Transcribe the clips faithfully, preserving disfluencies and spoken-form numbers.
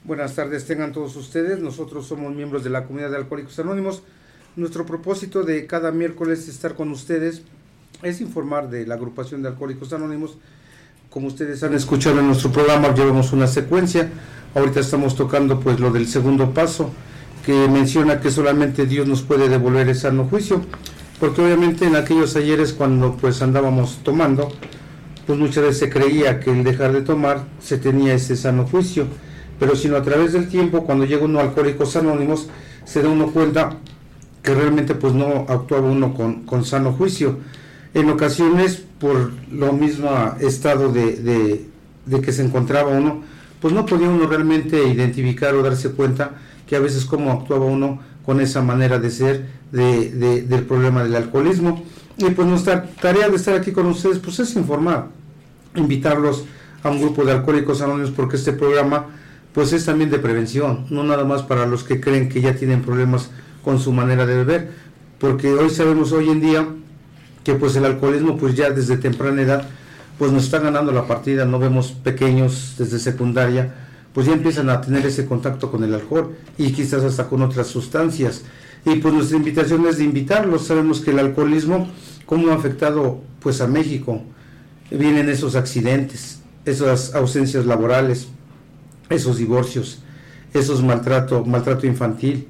Buenas tardes, tengan todos ustedes. Nosotros somos miembros de la comunidad de Alcohólicos Anónimos. Nuestro propósito de cada miércoles estar con ustedes es informar de la agrupación de Alcohólicos Anónimos. Como ustedes han escuchado en nuestro programa, llevamos una secuencia. Ahorita estamos tocando pues lo del segundo paso, que menciona que solamente Dios nos puede devolver el sano juicio, porque obviamente en aquellos ayeres cuando pues andábamos tomando, pues muchas veces se creía que el dejar de tomar se tenía ese sano juicio, pero sino a través del tiempo, cuando llega uno a Alcohólicos Anónimos, se da uno cuenta que realmente pues no actuaba uno con, con sano juicio. En ocasiones, por lo mismo estado de, de, de que se encontraba uno, pues no podía uno realmente identificar o darse cuenta que a veces cómo actuaba uno con esa manera de ser de, de, del problema del alcoholismo. Y pues nuestra tarea de estar aquí con ustedes pues es informar, invitarlos a un grupo de Alcohólicos Anónimos, porque este programa pues es también de prevención, no nada más para los que creen que ya tienen problemas con su manera de beber, porque hoy sabemos hoy en día que pues el alcoholismo pues ya desde temprana edad pues nos está ganando la partida. No vemos pequeños desde secundaria pues ya empiezan a tener ese contacto con el alcohol y quizás hasta con otras sustancias, y pues nuestra invitación es de invitarlos. Sabemos que el alcoholismo cómo ha afectado pues a México. Vienen esos accidentes, esas ausencias laborales, esos divorcios, esos maltrato, maltrato infantil,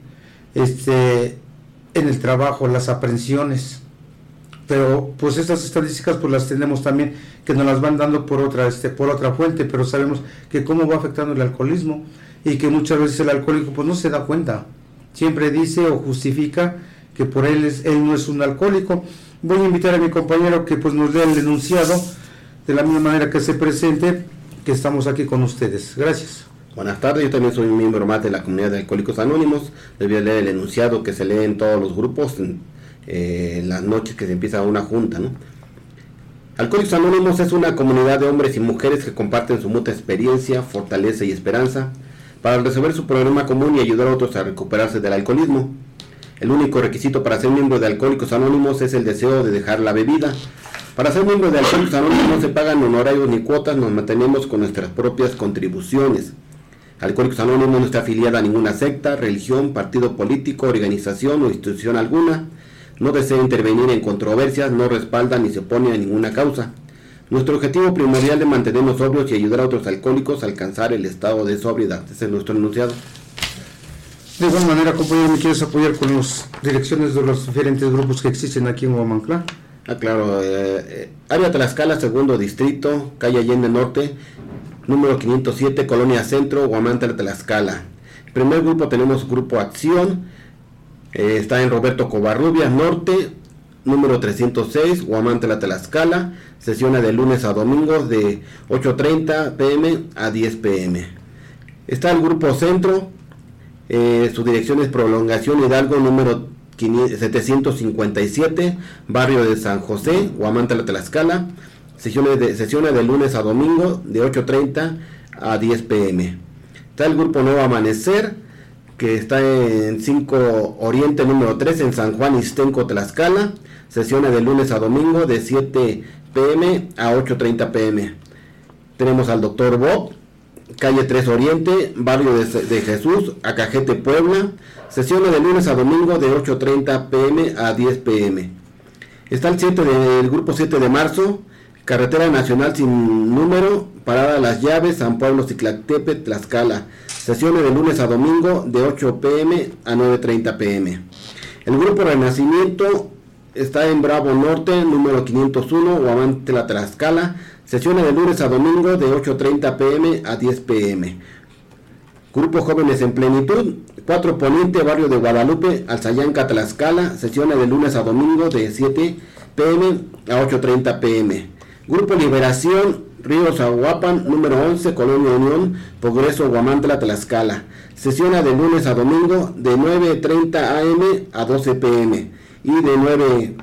este, en el trabajo, las aprehensiones. Pero pues estas estadísticas pues las tenemos también, que nos las van dando por otra este por otra fuente, pero sabemos que cómo va afectando el alcoholismo, y que muchas veces el alcohólico pues no se da cuenta, siempre dice o justifica que por él es él no es un alcohólico. Voy a invitar a mi compañero que pues nos lea el enunciado de la misma manera que se presente, que estamos aquí con ustedes. Gracias. Buenas tardes, yo también soy un miembro más de la comunidad de Alcohólicos Anónimos. Les voy a leer el enunciado que se lee en todos los grupos en eh, las noches que se empieza una junta, ¿no? Alcohólicos Anónimos es una comunidad de hombres y mujeres que comparten su mutua experiencia, fortaleza y esperanza para resolver su problema común y ayudar a otros a recuperarse del alcoholismo. El único requisito para ser miembro de Alcohólicos Anónimos es el deseo de dejar la bebida. Para ser miembro de Alcohólicos Anónimos no se pagan honorarios ni cuotas, nos mantenemos con nuestras propias contribuciones. Alcohólicos Anónimos no está afiliada a ninguna secta, religión, partido político, organización o institución alguna. No desea intervenir en controversias, no respalda ni se opone a ninguna causa. Nuestro objetivo primordial es mantenernos sobrios y ayudar a otros alcohólicos a alcanzar el estado de sobriedad. Ese es nuestro enunciado. De igual manera, compañero, ¿me quieres apoyar con las direcciones de los diferentes grupos que existen aquí en Huamanclán? Ah, claro. Eh, eh, área Tlaxcala, segundo distrito, calle Allende Norte, número quinientos siete, Colonia Centro, Huamantla, Tlaxcala. El primer grupo tenemos Grupo Acción, eh, está en Roberto Covarrubias Norte, número trescientos seis, Huamantla, Tlaxcala. Sesiona de lunes a domingos de ocho treinta pm a diez pm. Está el Grupo Centro, eh, su dirección es Prolongación Hidalgo, número setecientos cincuenta y siete, barrio de San José, Huamantla, Tlaxcala. Sesiones de, sesiones de lunes a domingo de ocho treinta a diez pm. Está el Grupo Nuevo Amanecer, que está en cinco Oriente número tres, en San Juan Ixtenco, Tlaxcala. Sesiones de lunes a domingo de siete pm a ocho treinta pm. Tenemos al Doctor Bob, calle tres Oriente, barrio de, de Jesús, Acajete, Puebla. Sesiones de lunes a domingo de ocho treinta pm a diez pm. Está el, siete de, el Grupo siete de marzo, Carretera Nacional sin número, Parada Las Llaves, San Pablo, Ciclatepe, Tlaxcala. Sesiones de lunes a domingo de ocho pm a nueve treinta pm. El Grupo Renacimiento está en Bravo Norte, número quinientos uno, Huamantla, Tlaxcala. Sesiones de lunes a domingo de ocho treinta pm a diez pm. Grupo Jóvenes en Plenitud, cuatro Poniente, barrio de Guadalupe, Alzayanca, Tlaxcala. Sesiones de lunes a domingo de siete pm a ocho treinta pm. Grupo Liberación, Ríos Aguapan, número once, Colonia Unión, Progreso, Huamantla, Tlaxcala. Sesiona de lunes a domingo de nueve treinta am a doce pm y de nueve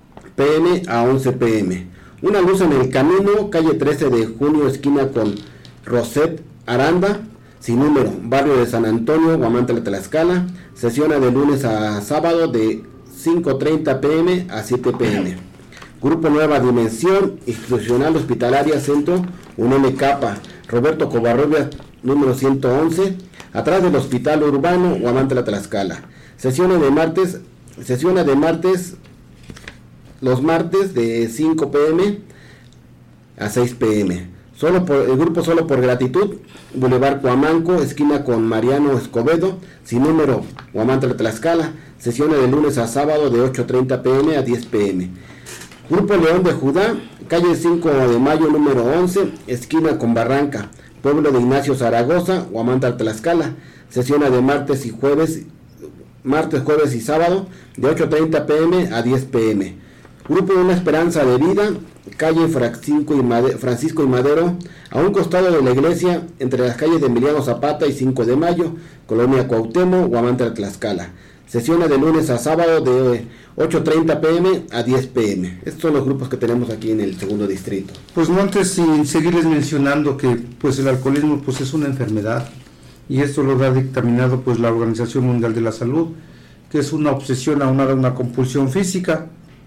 pm a once pm. Una luz en el camino, calle trece de junio, esquina con Roset Aranda, sin número, barrio de San Antonio, Huamantla, Tlaxcala. Sesiona de lunes a sábado de cinco treinta pm a siete pm. Grupo Nueva Dimensión, Institucional Hospitalaria Centro, U N M K, Roberto Covarrubias, número ciento once, atrás del Hospital Urbano, Huamantla, Tlaxcala. Sesiona de martes, sesiona de martes, los martes de cinco pe eme a seis pe eme. Solo por, el grupo solo por gratitud, Boulevard Cuamanco, esquina con Mariano Escobedo, sin número, Huamantla, Tlaxcala. Sesiona de lunes a sábado de ocho treinta pe eme a diez pe eme. Grupo León de Judá, calle cinco de mayo, número once, esquina con Barranca, pueblo de Ignacio Zaragoza, Huamantla, Tlaxcala. Sesiona de martes y jueves, martes, jueves y sábado, de ocho treinta pe eme a diez pe eme. Grupo Una Esperanza de Vida, calle Francisco y, Madero, Francisco y Madero, a un costado de la iglesia, entre las calles de Emiliano Zapata y cinco de mayo, Colonia Cuauhtémoc, Huamantla, Tlaxcala. Sesiona de lunes a sábado de ocho treinta pe eme a diez pe eme. Estos son los grupos que tenemos aquí en el segundo distrito. Pues no, antes sin seguirles mencionando que pues el alcoholismo pues es una enfermedad, y esto lo ha dictaminado pues la Organización Mundial de la Salud, que es una obsesión aunada a una compulsión física.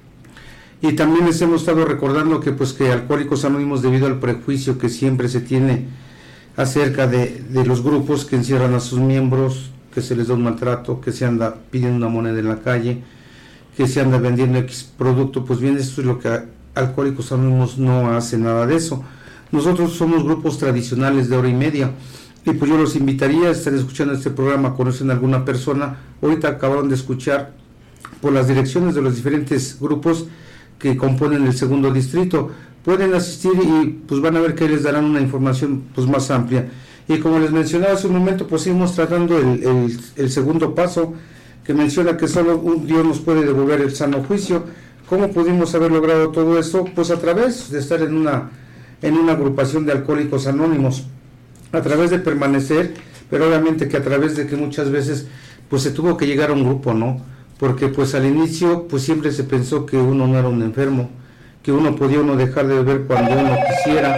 Y también les hemos estado recordando que pues que Alcohólicos Anónimos, debido al prejuicio que siempre se tiene acerca de, de los grupos que encierran a sus miembros, que se les da un maltrato, que se anda pidiendo una moneda en la calle, que se anda vendiendo X producto, pues bien, esto es lo que Alcohólicos Anónimos no hace nada de eso. Nosotros somos grupos tradicionales de hora y media, y pues yo los invitaría a estar escuchando este programa, conocen a alguna persona, ahorita acabaron de escuchar por las direcciones de los diferentes grupos que componen el segundo distrito, pueden asistir y pues van a ver que les darán una información pues más amplia. Y como les mencionaba hace un momento, pues seguimos tratando el, el, el segundo paso, que menciona que solo un Dios nos puede devolver el sano juicio. ¿Cómo pudimos haber logrado todo esto? Pues a través de estar en una, en una agrupación de Alcohólicos Anónimos, a través de permanecer, pero obviamente que a través de que muchas veces pues se tuvo que llegar a un grupo, ¿no? Porque pues al inicio pues siempre se pensó que uno no era un enfermo, que uno podía uno dejar de beber cuando uno quisiera,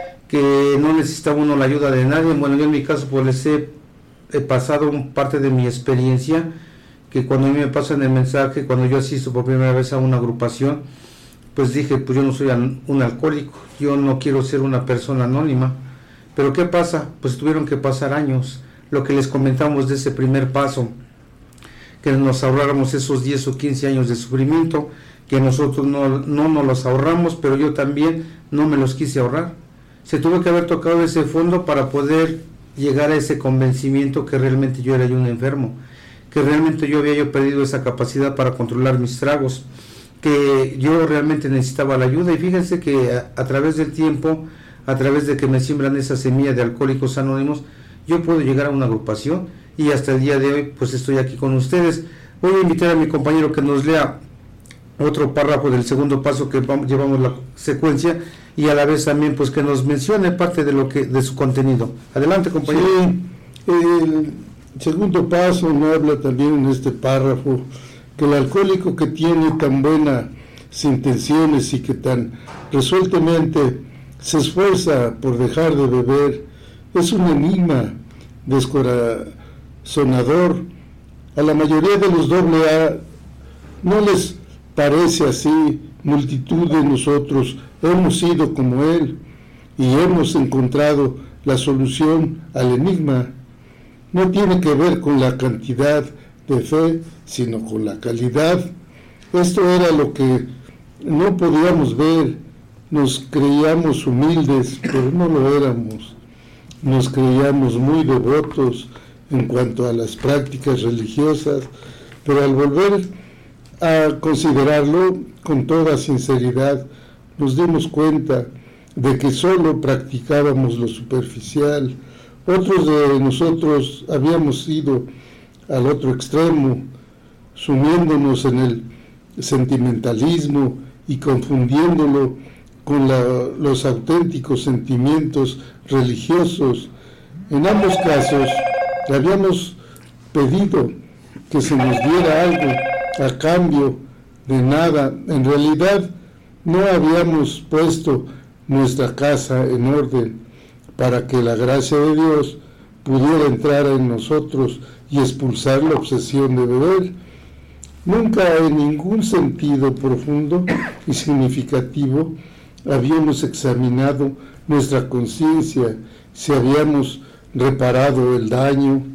que no necesitaba uno la ayuda de nadie. Bueno, yo en mi caso pues les he, he pasado un parte de mi experiencia, que cuando a mí me pasan el mensaje, cuando yo asisto por primera vez a una agrupación, pues dije, pues yo no soy un alcohólico, yo no quiero ser una persona anónima. Pero ¿qué pasa? Pues tuvieron que pasar años, lo que les comentamos de ese primer paso, que nos ahorráramos esos diez o quince años de sufrimiento, que nosotros no, no nos los ahorramos, pero yo también no me los quise ahorrar. Se tuvo que haber tocado ese fondo para poder llegar a ese convencimiento que realmente yo era yo un enfermo, que realmente yo había yo perdido esa capacidad para controlar mis tragos, que yo realmente necesitaba la ayuda. Y fíjense que a, a través del tiempo, a través de que me siembran esa semilla de Alcohólicos Anónimos, yo puedo llegar a una agrupación, y hasta el día de hoy pues estoy aquí con ustedes. Voy a invitar a mi compañero que nos lea otro párrafo del segundo paso, que vamos, llevamos la secuencia, y a la vez también pues que nos mencione parte de lo que de su contenido. Adelante, compañero. Sí, el segundo paso nos habla también en este párrafo que el alcohólico que tiene tan buenas intenciones y que tan resueltamente se esfuerza por dejar de beber es un enigma descorazonador. A la mayoría de los doble A no les parece así. Multitud de nosotros hemos sido como él y hemos encontrado la solución al enigma. No tiene que ver con la cantidad de fe, sino con la calidad. Esto era lo que no podíamos ver. Nos creíamos humildes, pero no lo éramos. Nos creíamos muy devotos en cuanto a las prácticas religiosas, pero al volver a considerarlo con toda sinceridad, nos dimos cuenta de que solo practicábamos lo superficial. Otros de nosotros habíamos ido al otro extremo, sumiéndonos en el sentimentalismo y confundiéndolo con la, los auténticos sentimientos religiosos. En ambos casos habíamos pedido que se nos diera algo a cambio de nada. En realidad no habíamos puesto nuestra casa en orden para que la gracia de Dios pudiera entrar en nosotros y expulsar la obsesión de beber. Nunca en ningún sentido profundo y significativo habíamos examinado nuestra conciencia, si habíamos reparado el daño,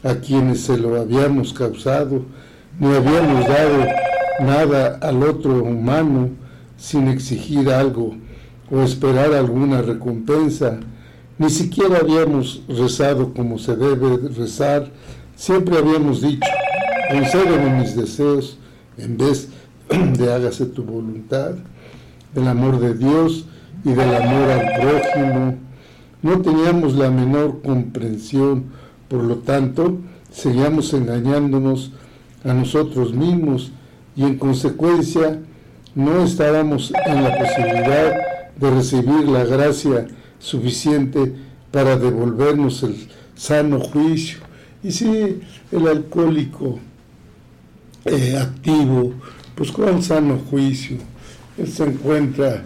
a quienes se lo habíamos causado, ni habíamos dado nada al otro humano sin exigir algo o esperar alguna recompensa, ni siquiera habíamos rezado como se debe rezar, siempre habíamos dicho, concédeme mis deseos, en vez de hágase tu voluntad, del amor de Dios y del amor al prójimo. No teníamos la menor comprensión, por lo tanto, seguíamos engañándonos a nosotros mismos y en consecuencia no estábamos en la posibilidad de recibir la gracia suficiente para devolvernos el sano juicio. Y si el alcohólico eh, activo, pues ¿cuál sano juicio? Él se encuentra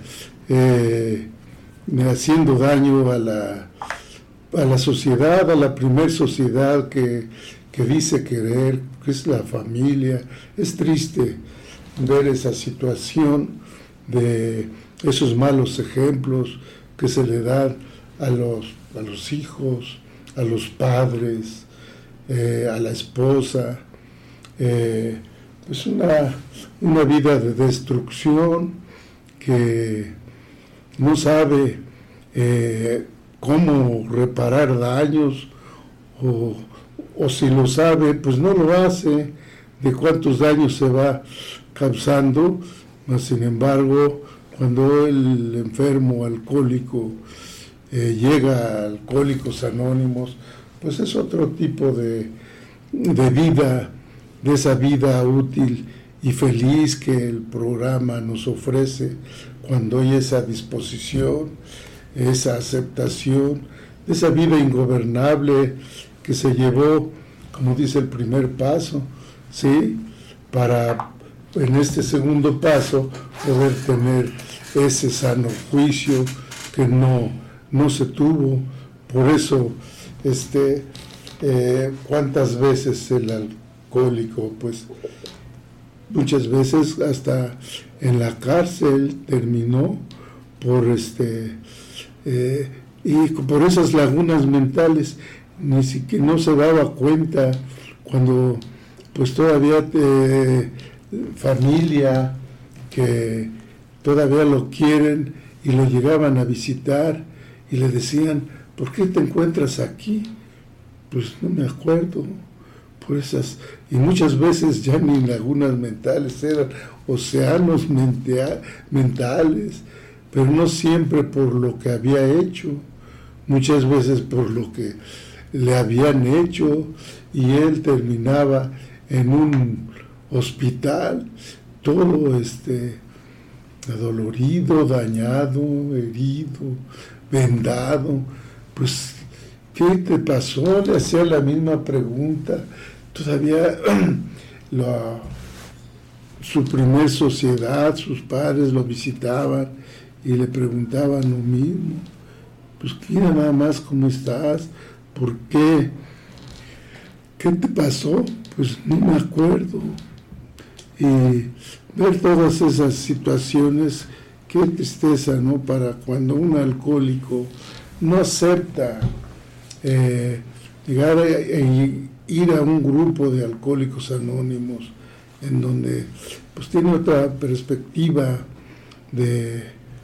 eh, haciendo daño a la, a la sociedad, a la primer sociedad que, que dice querer, que es la familia. Es triste ver esa situación de esos malos ejemplos que se le dan a los, a los hijos, a los padres, eh, a la esposa, eh, pues una, una vida de destrucción que no sabe eh, cómo reparar daños, o, o si lo sabe, pues no lo hace, de cuántos daños se va causando, mas sin embargo, cuando el enfermo alcohólico eh, llega a Alcohólicos Anónimos, pues es otro tipo de, de vida, de esa vida útil y feliz que el programa nos ofrece cuando hay esa disposición, esa aceptación, de esa vida ingobernable que se llevó, como dice el primer paso, ¿sí?, para en este segundo paso poder tener ese sano juicio que no, no se tuvo. Por eso, este, eh, cuántas veces el alcohólico, pues muchas veces hasta en la cárcel terminó por este eh, y por esas lagunas mentales, ni siquiera no se daba cuenta cuando pues todavía eh, familia que todavía lo quieren y lo llegaban a visitar y le decían, ¿por qué te encuentras aquí? Pues no me acuerdo, por esas, y muchas veces ya ni lagunas mentales, eran océanos mentea, mentales, pero no siempre por lo que había hecho, muchas veces por lo que le habían hecho, y él terminaba en un hospital, todo este adolorido, dañado, herido, vendado. Pues, ¿qué te pasó? Le hacía la misma pregunta. Todavía la, su primer sociedad, sus padres lo visitaban y le preguntaban lo mismo. Pues mira nada más cómo estás, ¿por qué? ¿Qué te pasó? Pues no me acuerdo. Y ver todas esas situaciones, qué tristeza, ¿no? Para cuando un alcohólico no acepta eh, llegar a, a ir a un grupo de Alcohólicos Anónimos, en donde pues tiene otra perspectiva de,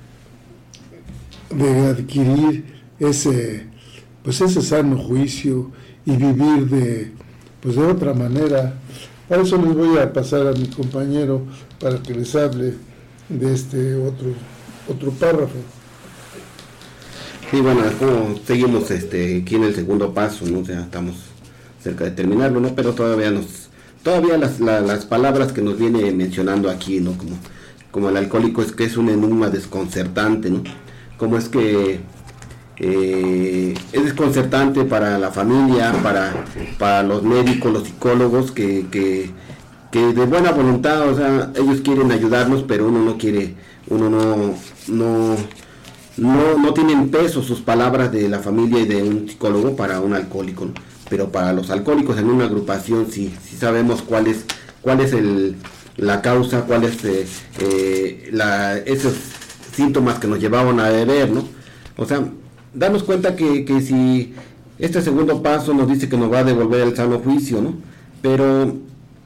de adquirir ese, pues ese sano juicio y vivir de, pues de otra manera. A eso les voy a pasar a mi compañero para que les hable de este otro otro párrafo. Sí, bueno, como seguimos este aquí en el segundo paso, ¿no? O sea, estamos cerca de terminarlo, ¿no? Pero todavía nos, todavía las, la, las palabras que nos viene mencionando aquí, ¿no? Como, como el alcohólico es que es un enigma desconcertante, ¿no? Como es que eh, es desconcertante para la familia, para, para los médicos, los psicólogos, que, que, que de buena voluntad, o sea, ellos quieren ayudarnos, pero uno no quiere, uno no, no, no, no tienen peso sus palabras de la familia y de un psicólogo para un alcohólico, ¿no? Pero para los alcohólicos en una agrupación sí, sí sabemos cuál es, cuál es el, la causa, cuál es eh, eh, la, esos síntomas que nos llevaban a beber, ¿no? O sea, darnos cuenta que, que si este segundo paso nos dice que nos va a devolver el sano juicio, ¿no? Pero,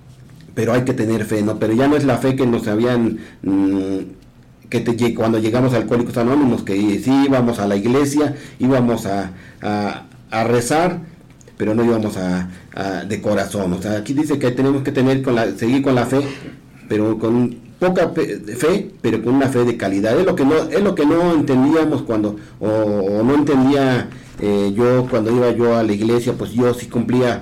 pero hay que tener fe, ¿no? Pero ya no es la fe que nos habían, mmm, que te, cuando llegamos a Alcohólicos Anónimos, que sí íbamos a la iglesia, íbamos a, a, a rezar, pero no íbamos a, a de corazón. O sea, aquí dice que tenemos que tener con la, seguir con la fe, pero con poca fe, pero con una fe de calidad. Es lo que no, es lo que no entendíamos cuando, o, o no entendía eh, yo cuando iba yo a la iglesia. Pues yo sí cumplía,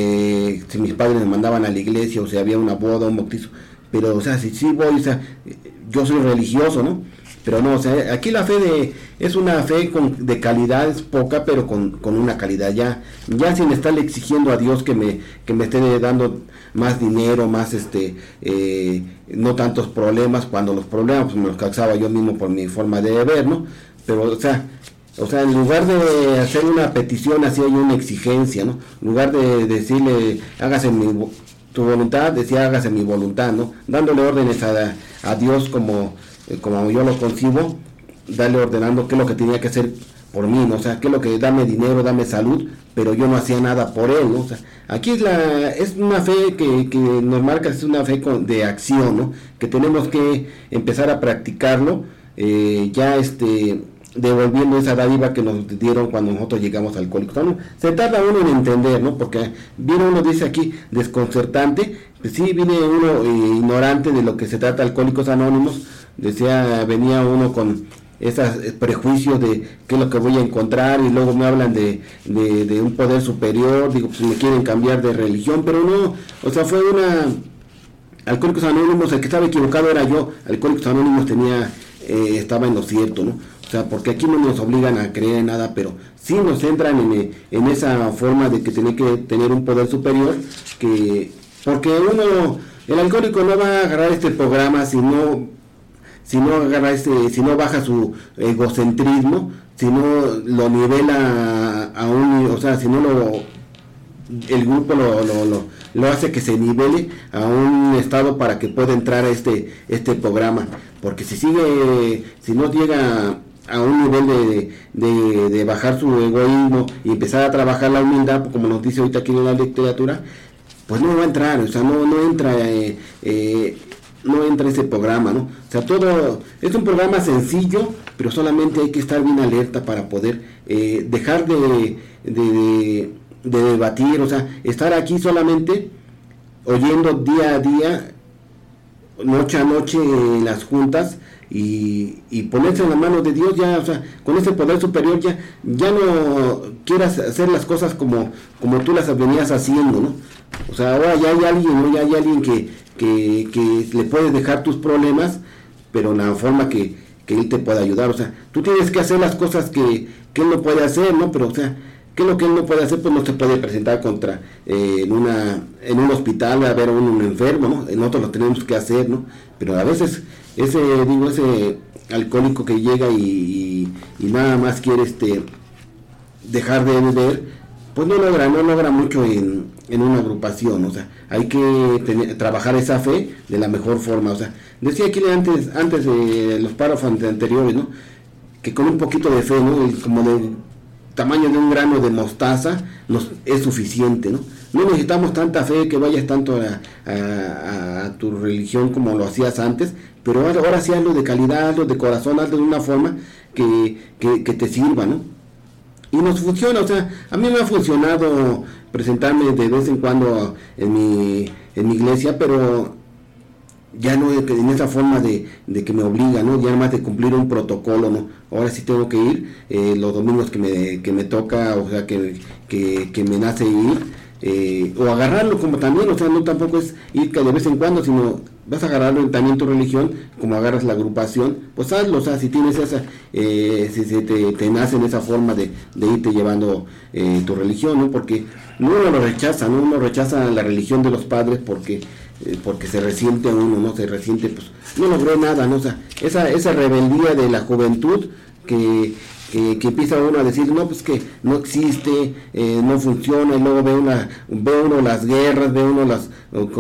eh, si mis padres me mandaban a la iglesia, o sea, había una boda, un bautizo, pero o sea, si sí voy, o sea, yo soy religioso, ¿no? Pero no, o sea, aquí la fe de, es una fe con, de calidad, es poca, pero con, con una calidad, ya, ya sin estarle exigiendo a Dios que me, que me esté dando más dinero, más este, eh, no tantos problemas, cuando los problemas pues me los causaba yo mismo por mi forma de ver, ¿no? Pero, o sea, o sea, en lugar de hacer una petición, así hay una exigencia, ¿no? En lugar de decirle, hágase mi, tu voluntad, decía, hágase mi voluntad, ¿no? Dándole órdenes a, a Dios como, como yo lo concibo, darle ordenando qué es lo que tenía que hacer por mí, ¿no? O sea, qué es lo que, dame dinero, dame salud, pero yo no hacía nada por él, ¿no? O sea, aquí es la, es una fe que, que nos marca, es una fe con, de acción, ¿no? Que tenemos que empezar a practicarlo, eh, ya este, devolviendo esa dádiva que nos dieron cuando nosotros llegamos a Alcohólicos Anónimos. Se tarda uno en entender, ¿no? Porque viene uno, dice aquí, desconcertante, pues sí, viene uno eh, ignorante de lo que se trata Alcohólicos Anónimos, decía, venía uno con esos prejuicios de qué es lo que voy a encontrar, y luego me hablan de, de, de un poder superior, digo, pues me quieren cambiar de religión, pero no, o sea, fue una, Alcohólicos Anónimos, el que estaba equivocado era yo, Alcohólicos Anónimos tenía, eh, estaba en lo cierto, ¿no? O sea, porque aquí no nos obligan a creer en nada, pero sí nos entran en, en esa forma de que tiene que tener un poder superior, que, porque uno, el alcohólico no va a agarrar este programa si no si no agarra este, si no baja su egocentrismo, si no lo nivela a, a un, o sea, si no lo, el grupo lo, lo, lo, lo hace que se nivele a un estado para que pueda entrar a este, este programa, porque si sigue, si no llega a un nivel de, de, de bajar su egoísmo y empezar a trabajar la humildad, como nos dice ahorita aquí en la literatura, pues no va a entrar, o sea, no, no entra, eh, eh, no entra ese programa, ¿no? O sea, todo es un programa sencillo, pero solamente hay que estar bien alerta para poder eh, dejar de, de, de debatir, o sea, estar aquí solamente oyendo día a día, noche a noche en las juntas, y, y ponerse en las manos de Dios, ya, o sea, con ese poder superior, ya, ya no quieras hacer las cosas como, como tú las venías haciendo, ¿no? O sea, ahora ya hay alguien, ¿no? Ya hay alguien que, que, que le puedes dejar tus problemas, pero en la forma que, que él te pueda ayudar. O sea, tú tienes que hacer las cosas que, que él no puede hacer, ¿no? Pero, o sea, ¿qué es lo que él no puede hacer? Pues no se puede presentar contra, eh, en una en un hospital a ver a un, un enfermo, ¿no? Nosotros lo tenemos que hacer, ¿no? Pero a veces ese, digo, ese alcohólico que llega y, y, y nada más quiere este dejar de beber, pues no logra, no logra mucho en, en una agrupación. O sea, hay que tener, trabajar esa fe de la mejor forma. O sea, decía aquí antes, antes de los párrafos anteriores, ¿no? Que con un poquito de fe, ¿no? Como de tamaño de un grano de mostaza nos es suficiente, ¿no? No necesitamos tanta fe que vayas tanto a, a, a tu religión como lo hacías antes, pero ahora, ahora sí hazlo de calidad, hazlo de corazón, hazlo de una forma que, que, que te sirva, ¿no? Y nos funciona, o sea, a mí me ha funcionado presentarme de vez en cuando en mi, en mi iglesia, pero ya no en esa forma de, de que me obliga, ¿no? Ya nada más de cumplir un protocolo, ¿no? Ahora sí tengo que ir eh, los domingos que me, que me toca, o sea, que, que, que me nace ir, eh, o agarrarlo como también, o sea, no tampoco es ir que de vez en cuando, sino vas a agarrarlo también tu religión, como agarras la agrupación, pues hazlo, o sea, si tienes esa, eh, si se te, te nace en esa forma de, de irte llevando eh, tu religión, ¿no? Porque uno lo rechaza, ¿no? Uno rechaza la religión de los padres porque eh, porque se resiente a uno, ¿no? Se resiente, pues, no logró nada, ¿no? O sea, esa, esa rebeldía de la juventud que, que, que empieza uno a decir, no, pues que no existe, eh, no funciona, y luego ve, una, ve uno las guerras, ve uno las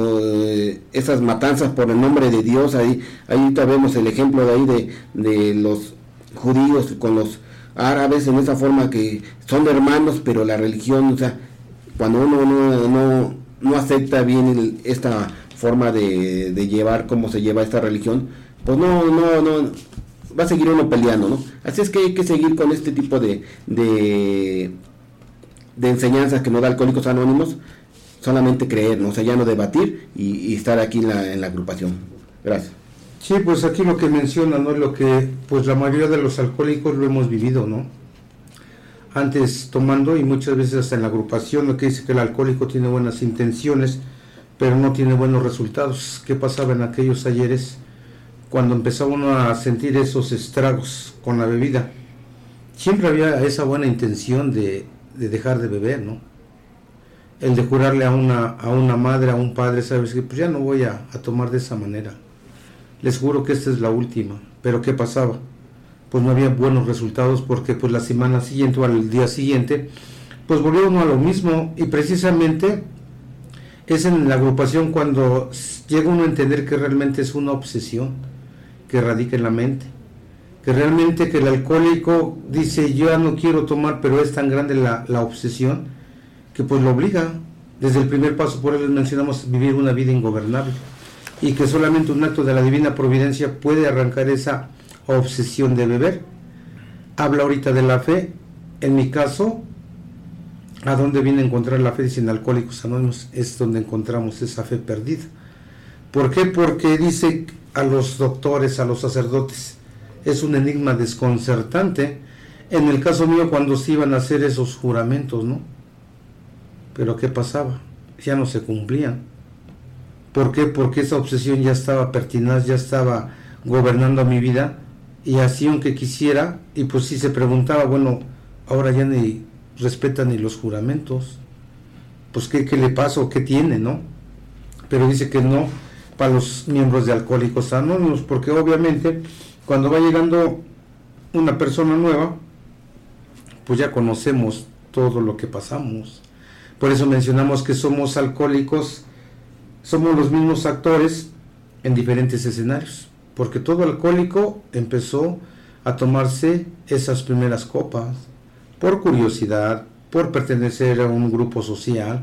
eh, esas matanzas por el nombre de Dios. Ahí ahí vemos el ejemplo de ahí de, de los judíos con los árabes en esa forma que son hermanos, pero la religión, o sea, cuando uno no, no, no acepta bien el, esta forma de, de llevar, cómo se lleva esta religión, pues no, no, no, va a seguir uno peleando, ¿no? Así es que hay que seguir con este tipo de, de, de enseñanzas que nos da Alcohólicos Anónimos, solamente creer, ¿no? O sea, ya no debatir y, y estar aquí en la, en la agrupación. Gracias. Sí, pues aquí lo que menciona, ¿no? Lo que pues la mayoría de los alcohólicos lo hemos vivido, ¿no? Antes tomando y muchas veces hasta en la agrupación, lo que dice que el alcohólico tiene buenas intenciones, pero no tiene buenos resultados. ¿Qué pasaba en aquellos ayeres cuando empezaba uno a sentir esos estragos con la bebida? Siempre había esa buena intención de, de dejar de beber, ¿no? El de jurarle a una, a una madre, a un padre, sabes que pues ya no voy a, a tomar de esa manera. Les juro que esta es la última. Pero ¿qué pasaba? Pues no había buenos resultados porque pues la semana siguiente o al día siguiente pues volvió uno a lo mismo, y precisamente es en la agrupación cuando llega uno a entender que realmente es una obsesión que radica en la mente, que realmente que el alcohólico dice yo ya no quiero tomar, pero es tan grande la, la obsesión que pues lo obliga. Desde el primer paso, por eso les mencionamos, vivir una vida ingobernable, y que solamente un acto de la divina providencia puede arrancar esa obsesión de beber. Habla ahorita de la fe. En mi caso, ¿a dónde viene a encontrar la fe? Dicen Alcohólicos Anónimos, es donde encontramos esa fe perdida. ¿Por qué? Porque dice a los doctores, a los sacerdotes, es un enigma desconcertante. En el caso mío, cuando se iban a hacer esos juramentos, ¿no? Pero ¿qué pasaba? Ya no se cumplían. ¿Por qué? Porque esa obsesión ya estaba pertinaz, ya estaba gobernando mi vida, y así aunque quisiera, y pues si se preguntaba, bueno, ahora ya ni respetan ni los juramentos, pues ¿qué, qué le pasa o qué tiene, no? Pero dice que no para los miembros de Alcohólicos Anónimos, porque obviamente cuando va llegando una persona nueva, pues ya conocemos todo lo que pasamos. Por eso mencionamos que somos alcohólicos, somos los mismos actores en diferentes escenarios, porque todo alcohólico empezó a tomarse esas primeras copas por curiosidad, por pertenecer a un grupo social.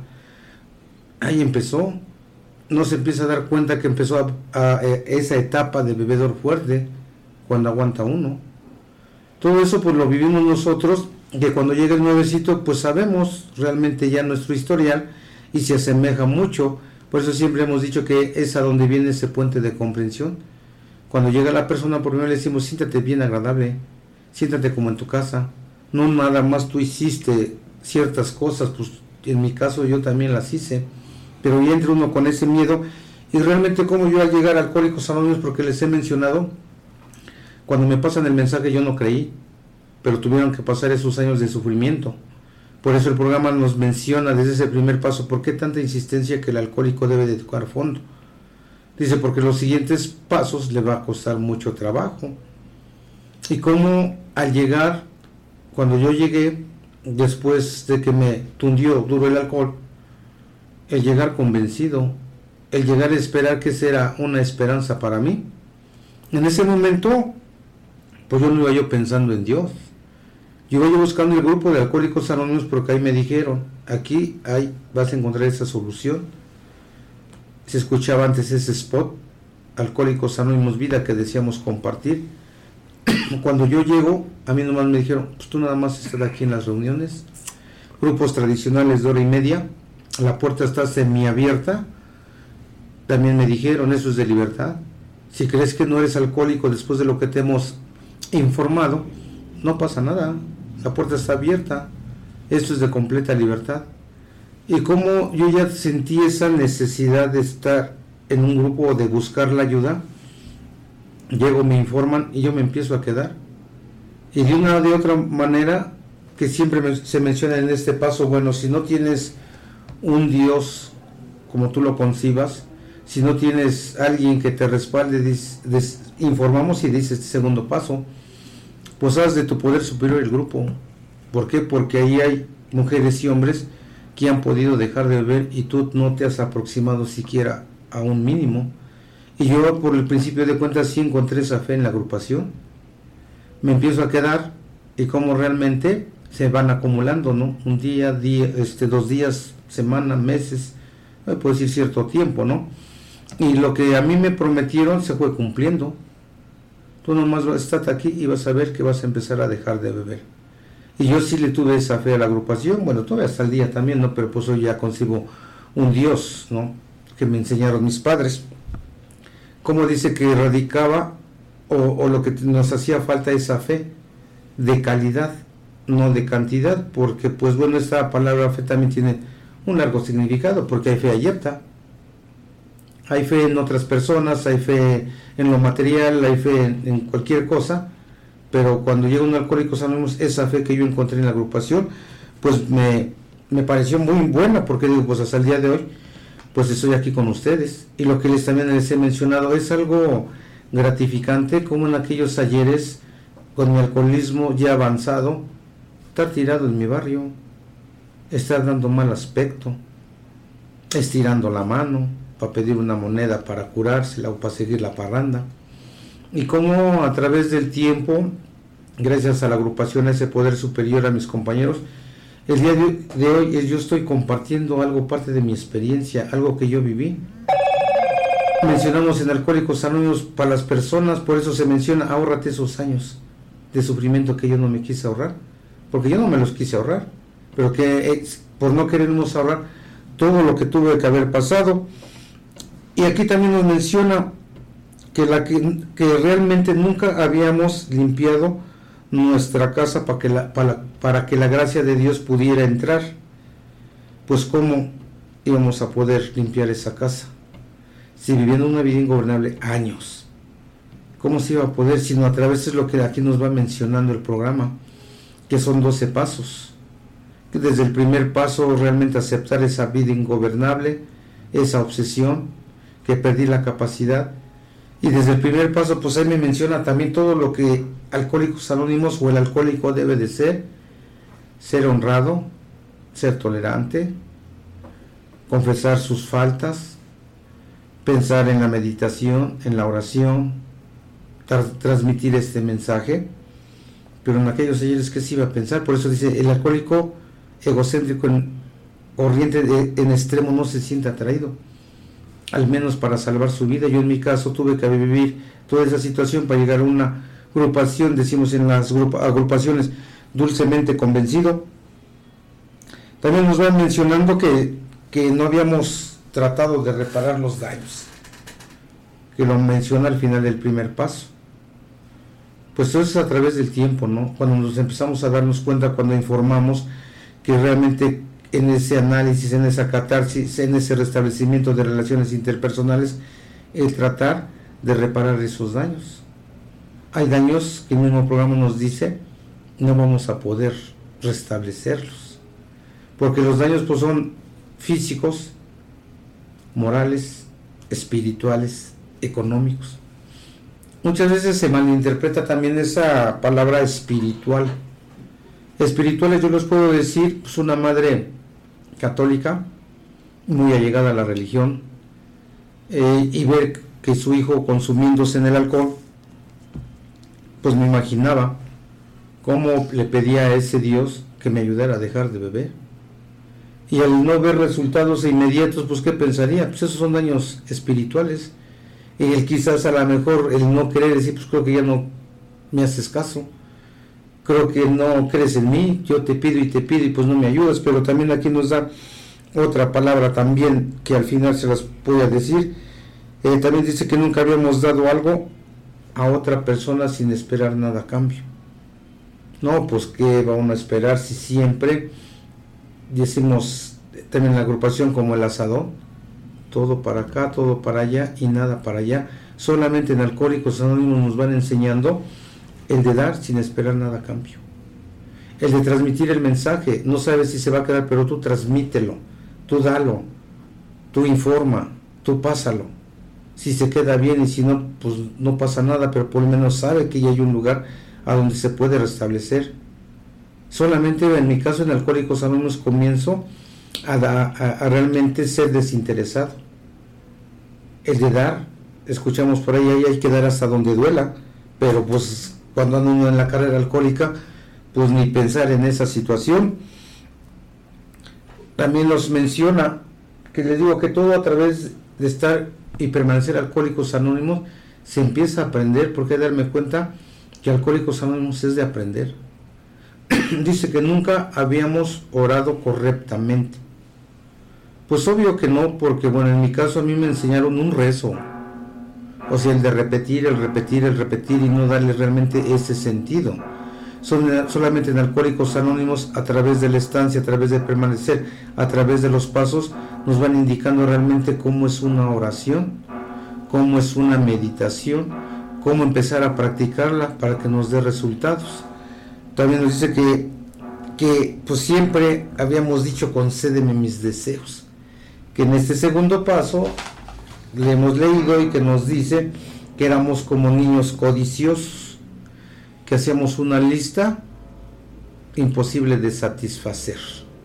Ahí empezó, no se empieza a dar cuenta que empezó a, a, a esa etapa de bebedor fuerte, cuando aguanta uno. Todo eso pues lo vivimos nosotros, que cuando llega el nuevecito pues sabemos realmente ya nuestro historial y se asemeja mucho. Por eso siempre hemos dicho que es a donde viene ese puente de comprensión. Cuando llega la persona, por primero le decimos, siéntate bien agradable, siéntate como en tu casa, no nada más tú hiciste ciertas cosas, pues en mi caso yo también las hice, pero ya entra uno con ese miedo. Y realmente como yo al llegar a Alcohólicos Anónimos, porque les he mencionado, cuando me pasan el mensaje yo no creí, pero tuvieron que pasar esos años de sufrimiento. Por eso el programa nos menciona desde ese primer paso, ¿por qué tanta insistencia que el alcohólico debe de tocar fondo? Dice, porque los siguientes pasos le va a costar mucho trabajo. Y como al llegar, cuando yo llegué, después de que me tundió duro el alcohol, el llegar convencido, el llegar a esperar que será una esperanza para mí, en ese momento, pues yo no iba yo pensando en Dios. Yo iba yo buscando el grupo de Alcohólicos Anónimos, porque ahí me dijeron, aquí hay, vas a encontrar esa solución. Se escuchaba antes ese spot, Alcohólicos Anónimos Vida, que decíamos compartir. Cuando yo llego, a mí nomás me dijeron, pues tú nada más estás aquí en las reuniones, grupos tradicionales de hora y media, la puerta está semiabierta. También me dijeron, eso es de libertad. Si crees que no eres alcohólico después de lo que te hemos informado, no pasa nada, la puerta está abierta, esto es de completa libertad. Y como yo ya sentí esa necesidad de estar en un grupo, de buscar la ayuda, llego, me informan y yo me empiezo a quedar. Y de una de otra manera, que siempre me, se menciona en este paso, bueno, si no tienes un Dios como tú lo concibas, si no tienes alguien que te respalde, dis, dis, informamos y dice este segundo paso, pues haz de tu poder superior el grupo. ¿Por qué? Porque ahí hay mujeres y hombres que han podido dejar de beber y tú no te has aproximado siquiera a un mínimo. Y yo, por el principio de cuentas, sí encontré esa fe en la agrupación. Me empiezo a quedar y cómo realmente se van acumulando, ¿no? Un día, día, este, dos días, semana, meses, puedo decir cierto tiempo, ¿no? Y lo que a mí me prometieron se fue cumpliendo. Tú nomás estás aquí y vas a ver que vas a empezar a dejar de beber. Y yo sí le tuve esa fe a la agrupación, bueno, todavía hasta el día también, ¿no? Pero pues hoy ya consigo un Dios, ¿no? Que me enseñaron mis padres. Como dice que radicaba, o, o lo que nos hacía falta esa fe de calidad, no de cantidad, porque pues bueno, esta palabra fe también tiene un largo significado, porque hay fe abierta. Hay fe en otras personas, hay fe en lo material, hay fe en, en cualquier cosa, pero cuando llega un Alcohólicos Anónimos, esa fe que yo encontré en la agrupación, pues me, me pareció muy buena, porque digo, pues hasta el día de hoy, pues estoy aquí con ustedes. Y lo que les también les he mencionado, es algo gratificante, como en aquellos ayeres, con mi alcoholismo ya avanzado, estar tirado en mi barrio, estar dando mal aspecto, estirando la mano, para pedir una moneda para curársela o para seguir la parranda. Y cómo a través del tiempo, gracias a la agrupación, a ese poder superior, a mis compañeros, el día de hoy es, yo estoy compartiendo algo, parte de mi experiencia, algo que yo viví. Mencionamos en Alcohólicos Anónimos para las personas, por eso se menciona, ahórrate esos años de sufrimiento que yo no me quise ahorrar, porque yo no me los quise ahorrar, pero que eh, por no querernos ahorrar todo lo que tuve que haber pasado. Y aquí también nos menciona que, la que, que realmente nunca habíamos limpiado nuestra casa para que, la, para, para que la gracia de Dios pudiera entrar. Pues cómo íbamos a poder limpiar esa casa si viviendo una vida ingobernable años. ¿Cómo se iba a poder? Sino a través de lo que aquí nos va mencionando el programa, que son doce pasos. Que desde el primer paso realmente aceptar esa vida ingobernable, esa obsesión, que perdí la capacidad, y desde el primer paso pues ahí me menciona también todo lo que Alcohólicos Anónimos o el alcohólico debe de ser: ser honrado, ser tolerante, confesar sus faltas, pensar en la meditación, en la oración, tra- transmitir este mensaje. Pero en aquellos ayeres, ¿qué se iba a pensar? Por eso dice, el alcohólico egocéntrico en corriente de, en extremo no se siente atraído, al menos para salvar su vida. Yo en mi caso tuve que vivir toda esa situación para llegar a una agrupación, decimos en las agrupaciones, dulcemente convencido. También nos van mencionando que, que no habíamos tratado de reparar los daños, que lo menciona al final del primer paso. Pues eso es a través del tiempo, ¿no? Cuando nos empezamos a darnos cuenta, cuando informamos que realmente en ese análisis, en esa catarsis, en ese restablecimiento de relaciones interpersonales, el tratar de reparar esos daños. Hay daños que el mismo programa nos dice, no vamos a poder restablecerlos, porque los daños pues son físicos, morales, espirituales, económicos. Muchas veces se malinterpreta también esa palabra espiritual. Espirituales, yo les puedo decir, pues una madre católica, muy allegada a la religión, eh, y ver que su hijo consumiéndose en el alcohol, pues me imaginaba cómo le pedía a ese Dios que me ayudara a dejar de beber. Y al no ver resultados inmediatos, pues ¿qué pensaría? Pues esos son daños espirituales. Y el quizás a lo mejor el no querer decir, pues creo que ya no me haces caso, creo que no crees en mí, yo te pido y te pido y pues no me ayudas. Pero también aquí nos da otra palabra también que al final se las voy a decir. Eh, también dice que nunca habíamos dado algo a otra persona sin esperar nada a cambio. No, pues qué va uno a esperar si siempre decimos también en la agrupación como el asadón, todo para acá, todo para allá y nada para allá. Solamente en Alcohólicos Anónimos nos van enseñando el de dar sin esperar nada a cambio, el de transmitir el mensaje. No sabes si se va a quedar, pero tú transmítelo, tú dalo, tú informa, tú pásalo. Si se queda bien y si no, pues no pasa nada, pero por lo menos sabe que ya hay un lugar a donde se puede restablecer. Solamente en mi caso en Alcohólicos Anónimos comienzo a, a, a realmente ser desinteresado, el de dar. Escuchamos por ahí, ahí hay que dar hasta donde duela, pero pues cuando ando uno en la carrera alcohólica, pues ni pensar en esa situación. También nos menciona que les digo que todo a través de estar y permanecer Alcohólicos Anónimos se empieza a aprender, porque hay que darme cuenta que Alcohólicos Anónimos es de aprender. Dice que nunca habíamos orado correctamente. Pues obvio que no, porque bueno, en mi caso a mí me enseñaron un rezo, o sea, el de repetir, el repetir, el repetir y no darle realmente ese sentido. Son, solamente en Alcohólicos Anónimos, a través de la estancia, a través de permanecer, a través de los pasos, nos van indicando realmente cómo es una oración, cómo es una meditación, cómo empezar a practicarla para que nos dé resultados. También nos dice que, que pues siempre habíamos dicho concédeme mis deseos, que en este segundo paso le hemos leído y que nos dice que éramos como niños codiciosos, que hacíamos una lista imposible de satisfacer.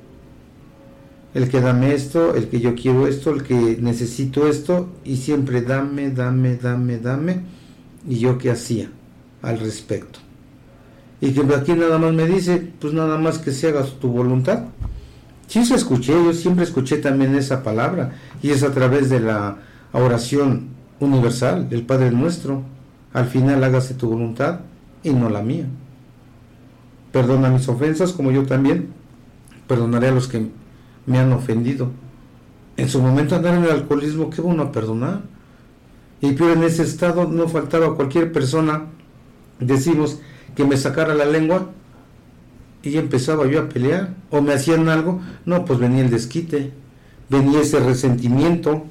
El que dame esto, el que yo quiero esto, el que necesito esto, y siempre dame, dame, dame, dame, y yo qué hacía al respecto. Y que aquí nada más me dice, pues nada más que se haga tu voluntad. Sí se escuché, yo siempre escuché también esa palabra, y es a través de la oración universal, del Padre Nuestro. Al final hágase tu voluntad y no la mía. Perdona mis ofensas, como yo también perdonaré a los que me han ofendido. En su momento andar en el alcoholismo, qué bueno a perdonar. Y pero en ese estado no faltaba a cualquier persona, decimos, que me sacara la lengua y empezaba yo a pelear, o me hacían algo, no, pues venía el desquite, venía ese resentimiento.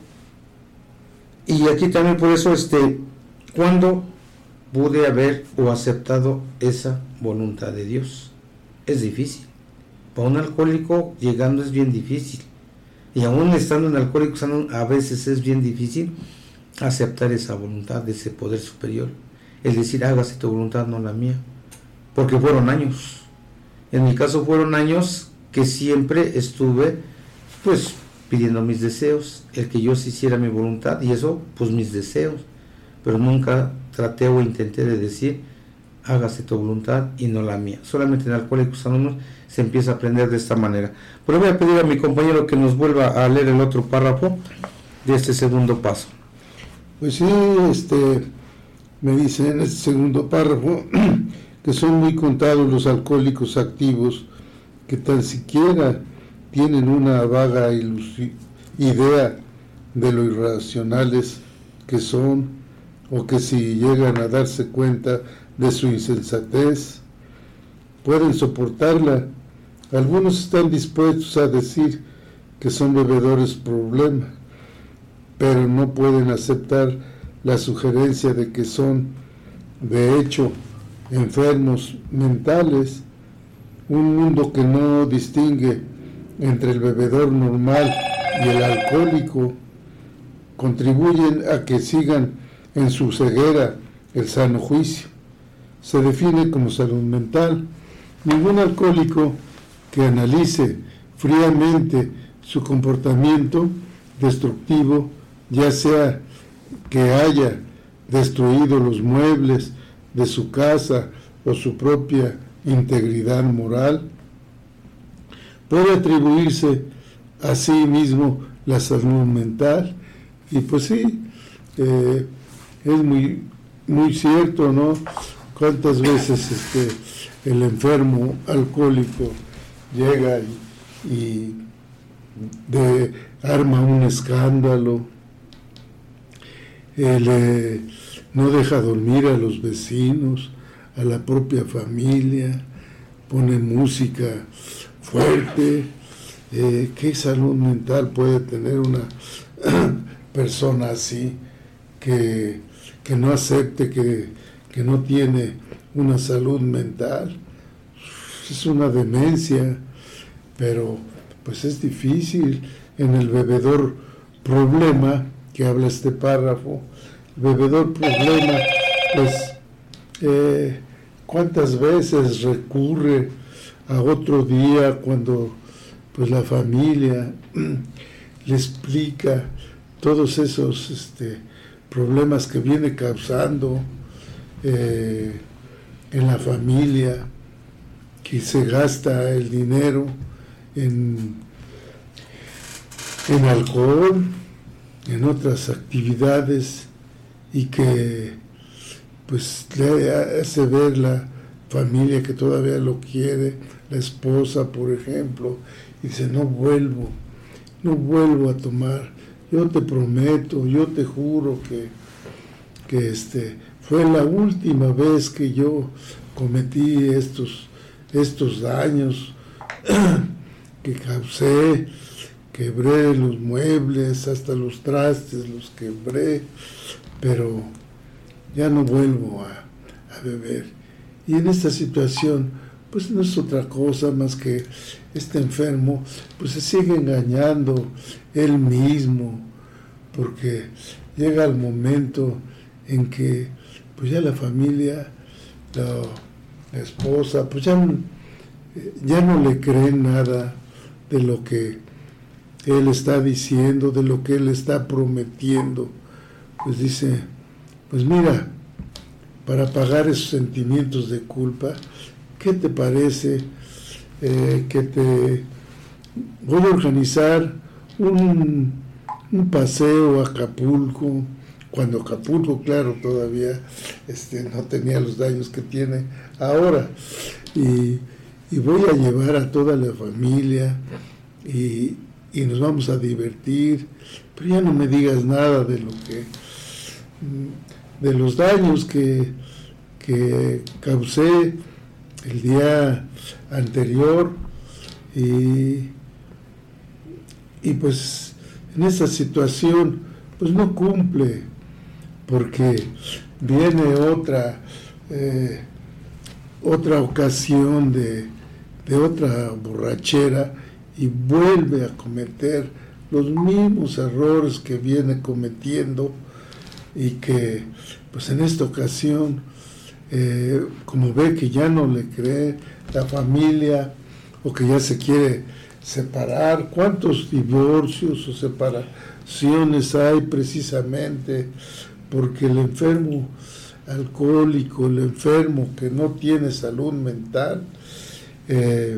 Y aquí también por eso, este, ¿cuándo pude haber o aceptado esa voluntad de Dios? Es difícil. Para un alcohólico llegando es bien difícil, y aún estando en Alcohólicos Anónimos a veces es bien difícil aceptar esa voluntad de ese poder superior, es decir, hágase tu voluntad, no la mía, porque fueron años. En mi caso fueron años que siempre estuve pues pidiendo mis deseos, el que yo se hiciera mi voluntad, y eso pues mis deseos, pero nunca traté o intenté de decir hágase tu voluntad y no la mía. Solamente en Alcohólicos Anónimos se empieza a aprender de esta manera. Pero voy a pedir a mi compañero que nos vuelva a leer el otro párrafo de este segundo paso. Pues sí, este, me dice en este segundo párrafo que son muy contados los alcohólicos activos que tan siquiera tienen una vaga ilusi- idea de lo irracionales que son, o que si llegan a darse cuenta de su insensatez, pueden soportarla. Algunos están dispuestos a decir que son bebedores problema, pero no pueden aceptar la sugerencia de que son, de hecho, enfermos mentales. Un mundo que no distingue entre el bebedor normal y el alcohólico contribuyen a que sigan en su ceguera el sano juicio. Se define como salud mental. Ningún alcohólico que analice fríamente su comportamiento destructivo, ya sea que haya destruido los muebles de su casa o su propia integridad moral, puede atribuirse a sí mismo la salud mental. Y pues sí, eh, es muy, muy cierto, ¿no? Cuántas veces este, el enfermo alcohólico llega y, y de, arma un escándalo, él, eh, no deja dormir a los vecinos, a la propia familia, pone música fuerte. Eh, ¿Qué salud mental puede tener una persona así que, que no acepte que, que no tiene una salud mental? Es una demencia, pero pues es difícil. En el bebedor problema que habla este párrafo, el bebedor problema, pues eh, cuántas veces recurre a otro día cuando pues la familia le explica todos esos este, problemas que viene causando eh, en la familia, que se gasta el dinero en, en alcohol, en otras actividades, y que pues le hace ver la familia que todavía lo quiere, la esposa, por ejemplo, y dice, no vuelvo, no vuelvo a tomar, yo te prometo, yo te juro que, que este, fue la última vez que yo cometí estos, estos daños que causé, quebré los muebles, hasta los trastes los quebré, pero ya no vuelvo a, a beber. Y en esta situación, pues no es otra cosa más que este enfermo, pues se sigue engañando él mismo, porque llega el momento en que pues ya la familia, la, la esposa, pues ya, ya no le creen nada de lo que él está diciendo, de lo que él está prometiendo. Pues dice, pues mira, para pagar esos sentimientos de culpa, ¿qué te parece eh, que te voy a organizar un, un paseo a Acapulco? Cuando Acapulco, claro, todavía este, no tenía los daños que tiene ahora. Y, y voy a llevar a toda la familia y, y nos vamos a divertir, pero ya no me digas nada de lo que, de los daños que, que causé el día anterior, y, y pues en esa situación pues no cumple, porque viene otra eh, otra ocasión de, de otra borrachera y vuelve a cometer los mismos errores que viene cometiendo, y que pues en esta ocasión eh, como ve que ya no le cree la familia, o que ya se quiere separar. ¿Cuántos divorcios o separaciones hay precisamente porque el enfermo alcohólico, el enfermo que no tiene salud mental, eh,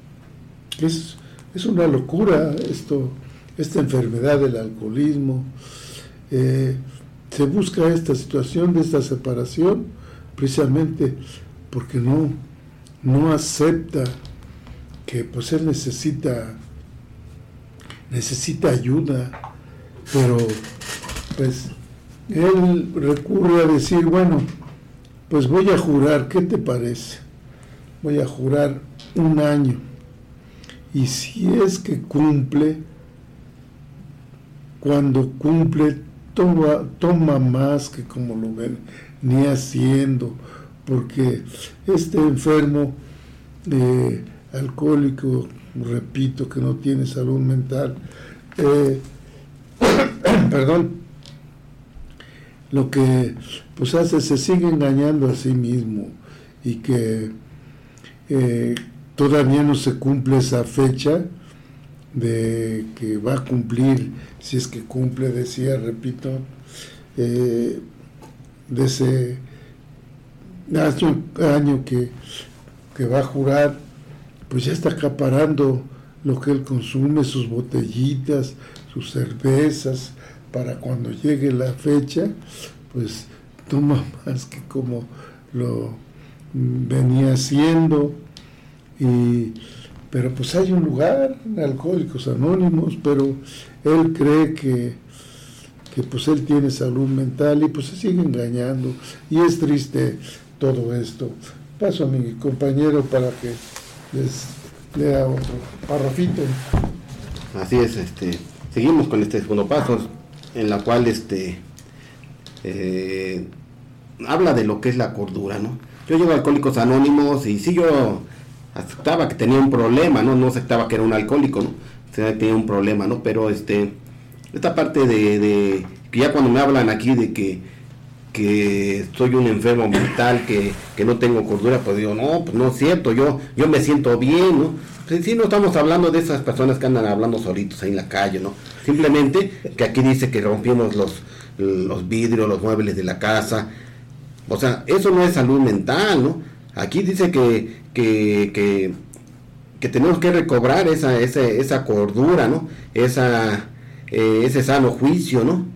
es, es una locura esto, esta enfermedad del alcoholismo? Eh, se busca esta situación de esta separación precisamente porque no, no acepta que pues él necesita necesita ayuda, pero pues él recurre a decir, bueno, pues voy a jurar, ¿qué te parece? Voy a jurar un año, y si es que cumple, cuando cumple toma, toma más que como lo ven ni haciendo, porque este enfermo eh, alcohólico, repito, que no tiene salud mental, eh, perdón, lo que pues hace, se sigue engañando a sí mismo, y que eh, todavía no se cumple esa fecha de que va a cumplir, si es que cumple, decía, repito, eh, de ese año, año que, que va a jurar, pues ya está acaparando lo que él consume, sus botellitas, sus cervezas, para cuando llegue la fecha, pues toma más que como lo venía haciendo. Y pero pues hay un lugar, Alcohólicos Anónimos, pero él cree que, que pues él tiene salud mental, y pues se sigue engañando, y es triste todo esto. Paso a mi compañero para que les lea otro parrafito. Así es, este, seguimos con este segundo paso, en la cual este eh, habla de lo que es la cordura, ¿no? Yo llevo a Alcohólicos Anónimos, y sí, yo aceptaba que tenía un problema, ¿no? No aceptaba que era un alcohólico, ¿no? O sea, tenía un problema, ¿no? Pero este, esta parte de, de que ya cuando me hablan aquí de que, que soy un enfermo mental, que, que no tengo cordura, pues digo, no, pues no es cierto, yo, yo me siento bien, ¿no? Pues sí, no estamos hablando de esas personas que andan hablando solitos ahí en la calle, ¿no? Simplemente que aquí dice que rompimos los, los vidrios, los muebles de la casa. O sea, eso no es salud mental, ¿no? aquí dice que, que, que, que tenemos que recobrar esa, esa, esa cordura, ¿no? Esa, eh, ese sano juicio, ¿no?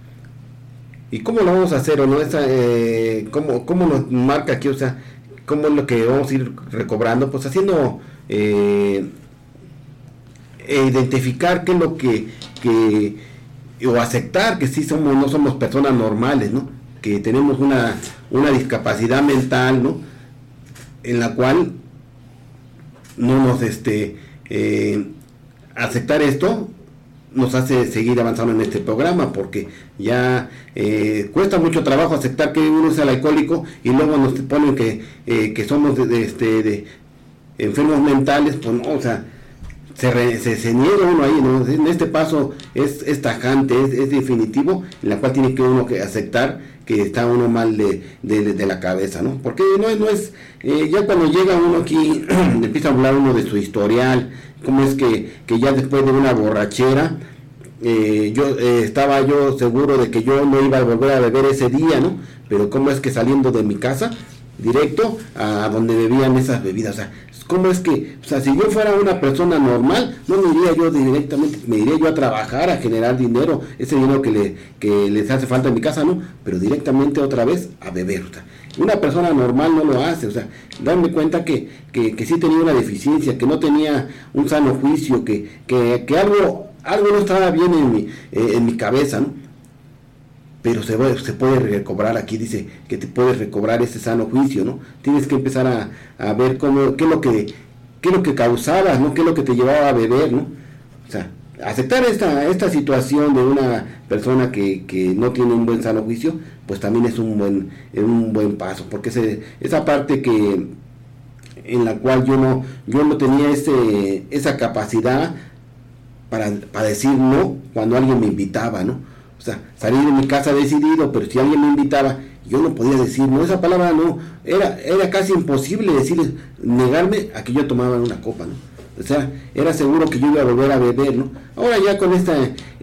¿Y cómo lo vamos a hacer, o no? Esa, eh, ¿cómo, ¿Cómo nos marca aquí? O sea, ¿cómo es lo que vamos a ir recobrando? Pues haciendo, eh, identificar qué es lo que, que, o aceptar que sí somos, no somos personas normales, ¿no? Que tenemos una, una discapacidad mental, ¿no? En la cual no nos, este, eh, aceptar esto nos hace seguir avanzando en este programa, porque ya eh, cuesta mucho trabajo aceptar que uno es el alcohólico, y luego nos ponen que, eh, que somos de, de, este, de enfermos mentales. Pues no, o sea, se, re, se, se niega uno ahí, ¿no? En este paso es, es tajante, es, es definitivo, en la cual tiene que uno que aceptar que está uno mal de, de, de la cabeza, ¿no? Porque no es, no es eh, ya cuando llega uno aquí, empieza a hablar uno de su historial, cómo es que, que ya después de una borrachera, eh, yo eh, estaba yo seguro de que yo no iba a volver a beber ese día, ¿no? Pero cómo es que saliendo de mi casa, directo a donde bebían esas bebidas, o sea, cómo es que, o sea, si yo fuera una persona normal, no me iría yo directamente, me iría yo a trabajar, a generar dinero, ese dinero que, le, que les hace falta en mi casa, ¿no? Pero directamente otra vez a beber, o sea, una persona normal no lo hace, o sea, darme cuenta que, que, que sí tenía una deficiencia, que no tenía un sano juicio, que, que, que algo, algo no estaba bien en mi, eh, en mi cabeza, ¿no? Pero se, se puede recobrar, aquí dice que te puedes recobrar ese sano juicio, ¿no? Tienes que empezar a, a ver cómo, qué es lo que, qué es lo que causaba, ¿no? Qué es lo que te llevaba a beber, ¿no? O sea, aceptar esta, esta situación de una persona que, que no tiene un buen sano juicio, pues también es un buen, es un buen paso, porque ese, esa parte que en la cual yo no, yo no tenía ese, esa capacidad para, para decir no cuando alguien me invitaba, ¿no? O sea, salir de mi casa decidido, pero si alguien me invitaba, yo no podía decir no, esa palabra no, era, era casi imposible decir, negarme a que yo tomaba una copa, ¿no? O sea, era seguro que yo iba a volver a beber, ¿no? Ahora ya con esta,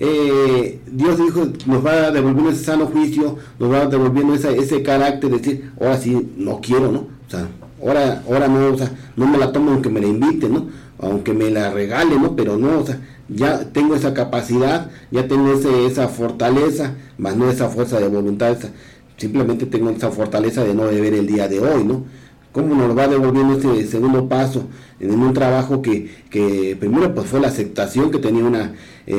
eh, Dios dijo, nos va devolviendo ese sano juicio, nos va devolviendo esa, ese carácter de decir, ahora sí, no quiero, ¿no? O sea, ahora, ahora no, o sea, no me la tomo aunque me la inviten, ¿no? Aunque me la regalen, ¿no? Pero no, o sea, ya tengo esa capacidad, ya tengo ese, esa fortaleza, más no esa fuerza de voluntad, esa, simplemente tengo esa fortaleza de no beber el día de hoy, ¿no? ¿Cómo nos va devolviendo ese segundo paso en un trabajo que, que primero pues fue la aceptación que tenía una,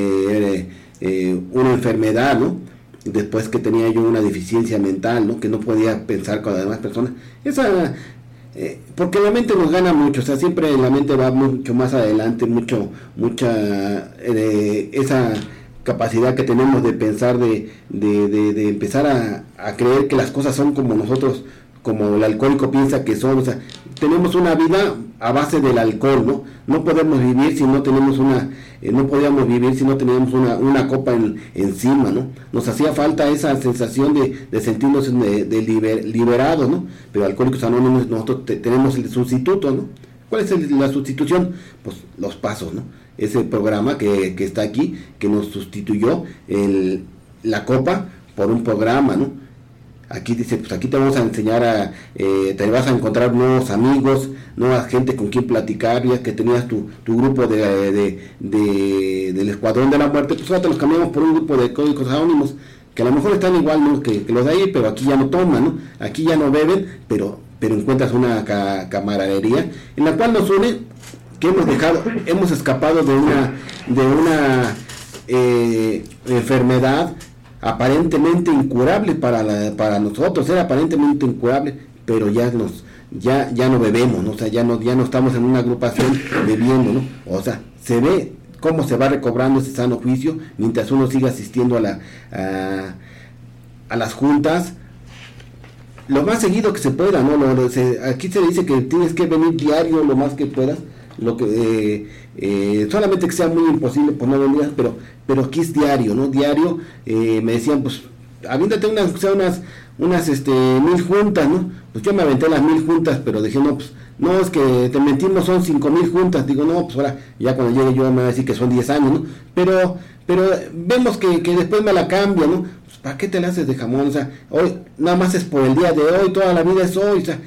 eh, eh, una enfermedad, ¿no? Después que tenía yo una deficiencia mental, ¿no? Que no podía pensar con las demás personas. Esa... Eh, porque la mente nos gana mucho, o sea, siempre la mente va mucho más adelante, mucho, mucha, eh, esa capacidad que tenemos de pensar, de, de, de, de empezar a, a creer que las cosas son como nosotros, como el alcohólico piensa que son, o sea, tenemos una vida a base del alcohol, ¿no? No podemos vivir si no tenemos una, eh, no podíamos vivir si no teníamos una, una copa en, encima, ¿no? Nos hacía falta esa sensación de, de sentirnos de, de liber, liberados, ¿no? Pero Alcohólicos Anónimos nosotros te, tenemos el sustituto, ¿no? ¿Cuál es el, la sustitución? Pues los pasos, ¿no? Ese programa que, que está aquí, que nos sustituyó el, la copa por un programa, ¿no? Aquí dice, pues aquí te vamos a enseñar a, eh, te vas a encontrar nuevos amigos, nueva gente con quien platicar, ya que tenías tu, tu grupo de, de, de, del Escuadrón de la Muerte, pues ahora te los cambiamos por un grupo de Alcohólicos Anónimos, que a lo mejor están igual, ¿no? que, que los de ahí, pero aquí ya no toman, ¿no? Aquí ya no beben, pero, pero encuentras una ca camaradería, en la cual nos une, que hemos dejado, hemos escapado de una, de una eh, enfermedad aparentemente incurable para la, para nosotros, era aparentemente incurable, pero ya nos ya ya no bebemos, ¿no? O sea, ya no ya no estamos en una agrupación bebiendo, ¿no? O sea, se ve cómo se va recobrando ese sano juicio mientras uno siga asistiendo a la a, a las juntas lo más seguido que se pueda, ¿no? Lo, lo, se, aquí se dice que tienes que venir diario lo más que puedas, lo que eh, eh, solamente que sea muy imposible pues no venir, pero pero aquí es diario, ¿no? Diario, eh, me decían, pues aviéntate unas, o sea, unas unas este mil juntas, ¿no? Pues yo me aventé las mil juntas, pero dije, no, pues no, es que te mentimos, son cinco mil juntas. Digo, no, pues ahora ya cuando llegue yo me va a decir que son diez años, ¿no? Pero pero vemos que, que después me la cambia, ¿no? Pues ¿para qué te la haces de jamón? O sea, hoy nada más es por el día de hoy, toda la vida es hoy, o sea,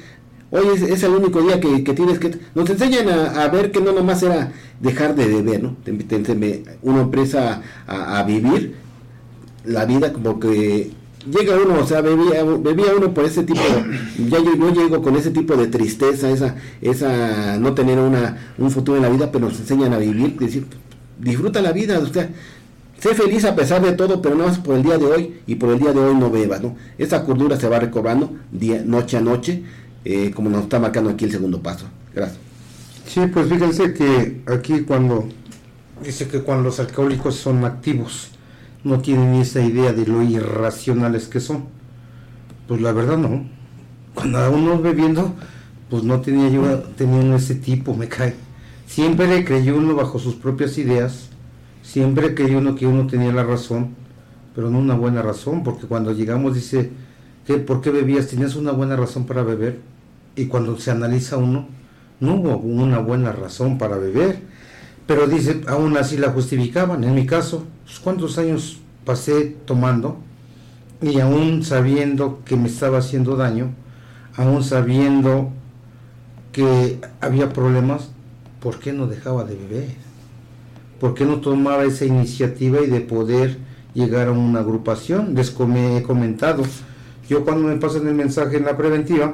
hoy es, es el único día que, que tienes que... Nos enseñan a, a ver que no nomás era dejar de beber, ¿no? Te, te, te, uno empieza a, a vivir la vida como que llega uno, o sea, bebía, bebía uno por ese tipo, ya yo, yo llego con ese tipo de tristeza, esa, esa no tener una, un futuro en la vida, pero nos enseñan a vivir, decir, disfruta la vida, o sea, sé feliz a pesar de todo, pero no es por el día de hoy, y por el día de hoy no bebas, ¿no? Esa cordura se va recobrando día, noche a noche, eh, como nos está marcando aquí el segundo paso. Gracias. Sí, pues fíjense que aquí cuando dice que cuando los alcohólicos son activos, no tienen ni esa idea de lo irracionales que son. Pues la verdad no. Cuando uno bebiendo, pues no tenía yo, tenía uno ese tipo, me cae. Siempre creyó uno bajo sus propias ideas, siempre creyó uno que uno tenía la razón, pero no una buena razón, porque cuando llegamos dice, ¿qué, ¿por qué bebías? ¿Tenías una buena razón para beber? Y cuando se analiza uno, no hubo una buena razón para beber, pero dice, aún así la justificaban. En mi caso, pues, ¿cuántos años pasé tomando? Y aún sabiendo que me estaba haciendo daño, aún sabiendo que había problemas, ¿por qué no dejaba de beber? ¿Por qué no tomaba esa iniciativa y de poder llegar a una agrupación? Les he comentado, yo cuando me pasan el mensaje en la preventiva,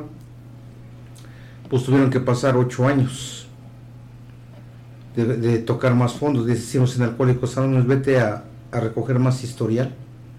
pues tuvieron que pasar ocho años de, de tocar más fondos. Decimos en Alcohólicos Anónimos, vete a, a recoger más historial.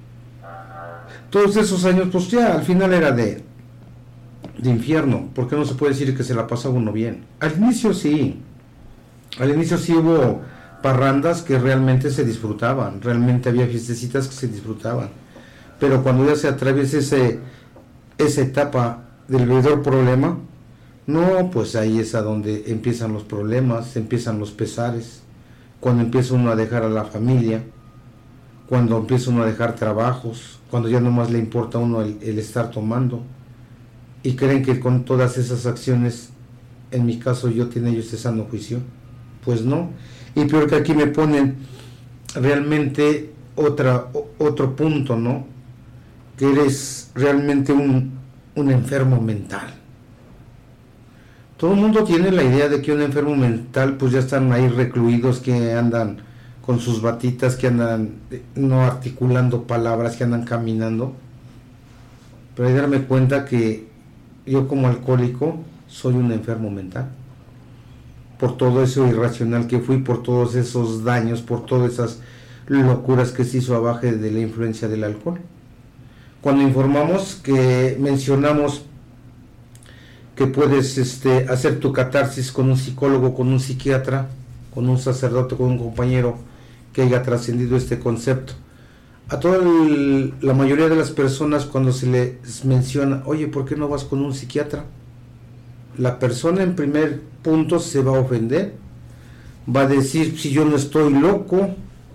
Todos esos años, pues ya al final era de, de infierno, porque no se puede decir que se la pasaba uno bien. Al inicio sí, al inicio sí hubo parrandas que realmente se disfrutaban, realmente había fiestecitas que se disfrutaban, pero cuando ya se atraviesa ese, esa etapa del bebedor problema, no, pues ahí es a donde empiezan los problemas, empiezan los pesares, cuando empieza uno a dejar a la familia, cuando empieza uno a dejar trabajos, cuando ya nomás le importa a uno el, el estar tomando, y creen que con todas esas acciones, en mi caso yo tiene ellos ese sano juicio, pues no. Y peor que aquí me ponen realmente otra, otro punto, ¿no? Que eres realmente un, un enfermo mental. Todo el mundo tiene la idea de que un enfermo mental pues ya están ahí recluidos, que andan con sus batitas, que andan no articulando palabras, que andan caminando. Pero hay que darme cuenta que yo como alcohólico soy un enfermo mental. Por todo eso irracional que fui, por todos esos daños, por todas esas locuras que se hizo abajo de la influencia del alcohol. Cuando informamos que mencionamos que puedes este, hacer tu catarsis con un psicólogo, con un psiquiatra, con un sacerdote, con un compañero que haya trascendido este concepto. A toda el, la mayoría de las personas cuando se les menciona, oye, ¿por qué no vas con un psiquiatra? La persona en primer punto se va a ofender, va a decir, si yo no estoy loco,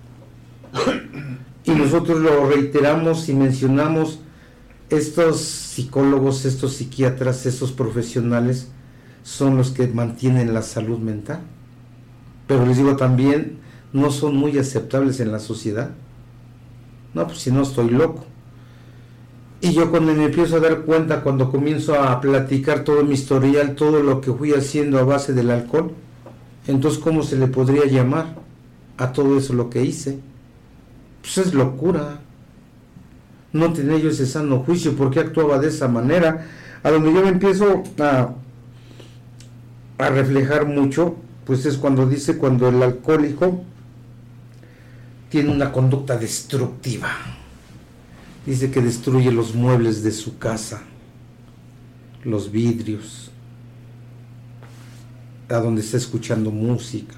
y nosotros lo reiteramos y mencionamos, estos psicólogos, estos psiquiatras, estos profesionales son los que mantienen la salud mental, pero les digo también, no son muy aceptables en la sociedad. No, pues si no estoy loco. Y yo cuando me empiezo a dar cuenta, cuando comienzo a platicar todo mi historial, todo lo que fui haciendo a base del alcohol, entonces ¿cómo se le podría llamar a todo eso lo que hice? Pues es locura. No tenía yo ese sano juicio, ¿por qué actuaba de esa manera? A donde yo me empiezo a, a reflejar mucho, pues es cuando dice, cuando el alcohólico tiene una conducta destructiva. Dice que destruye los muebles de su casa, los vidrios, a donde está escuchando música.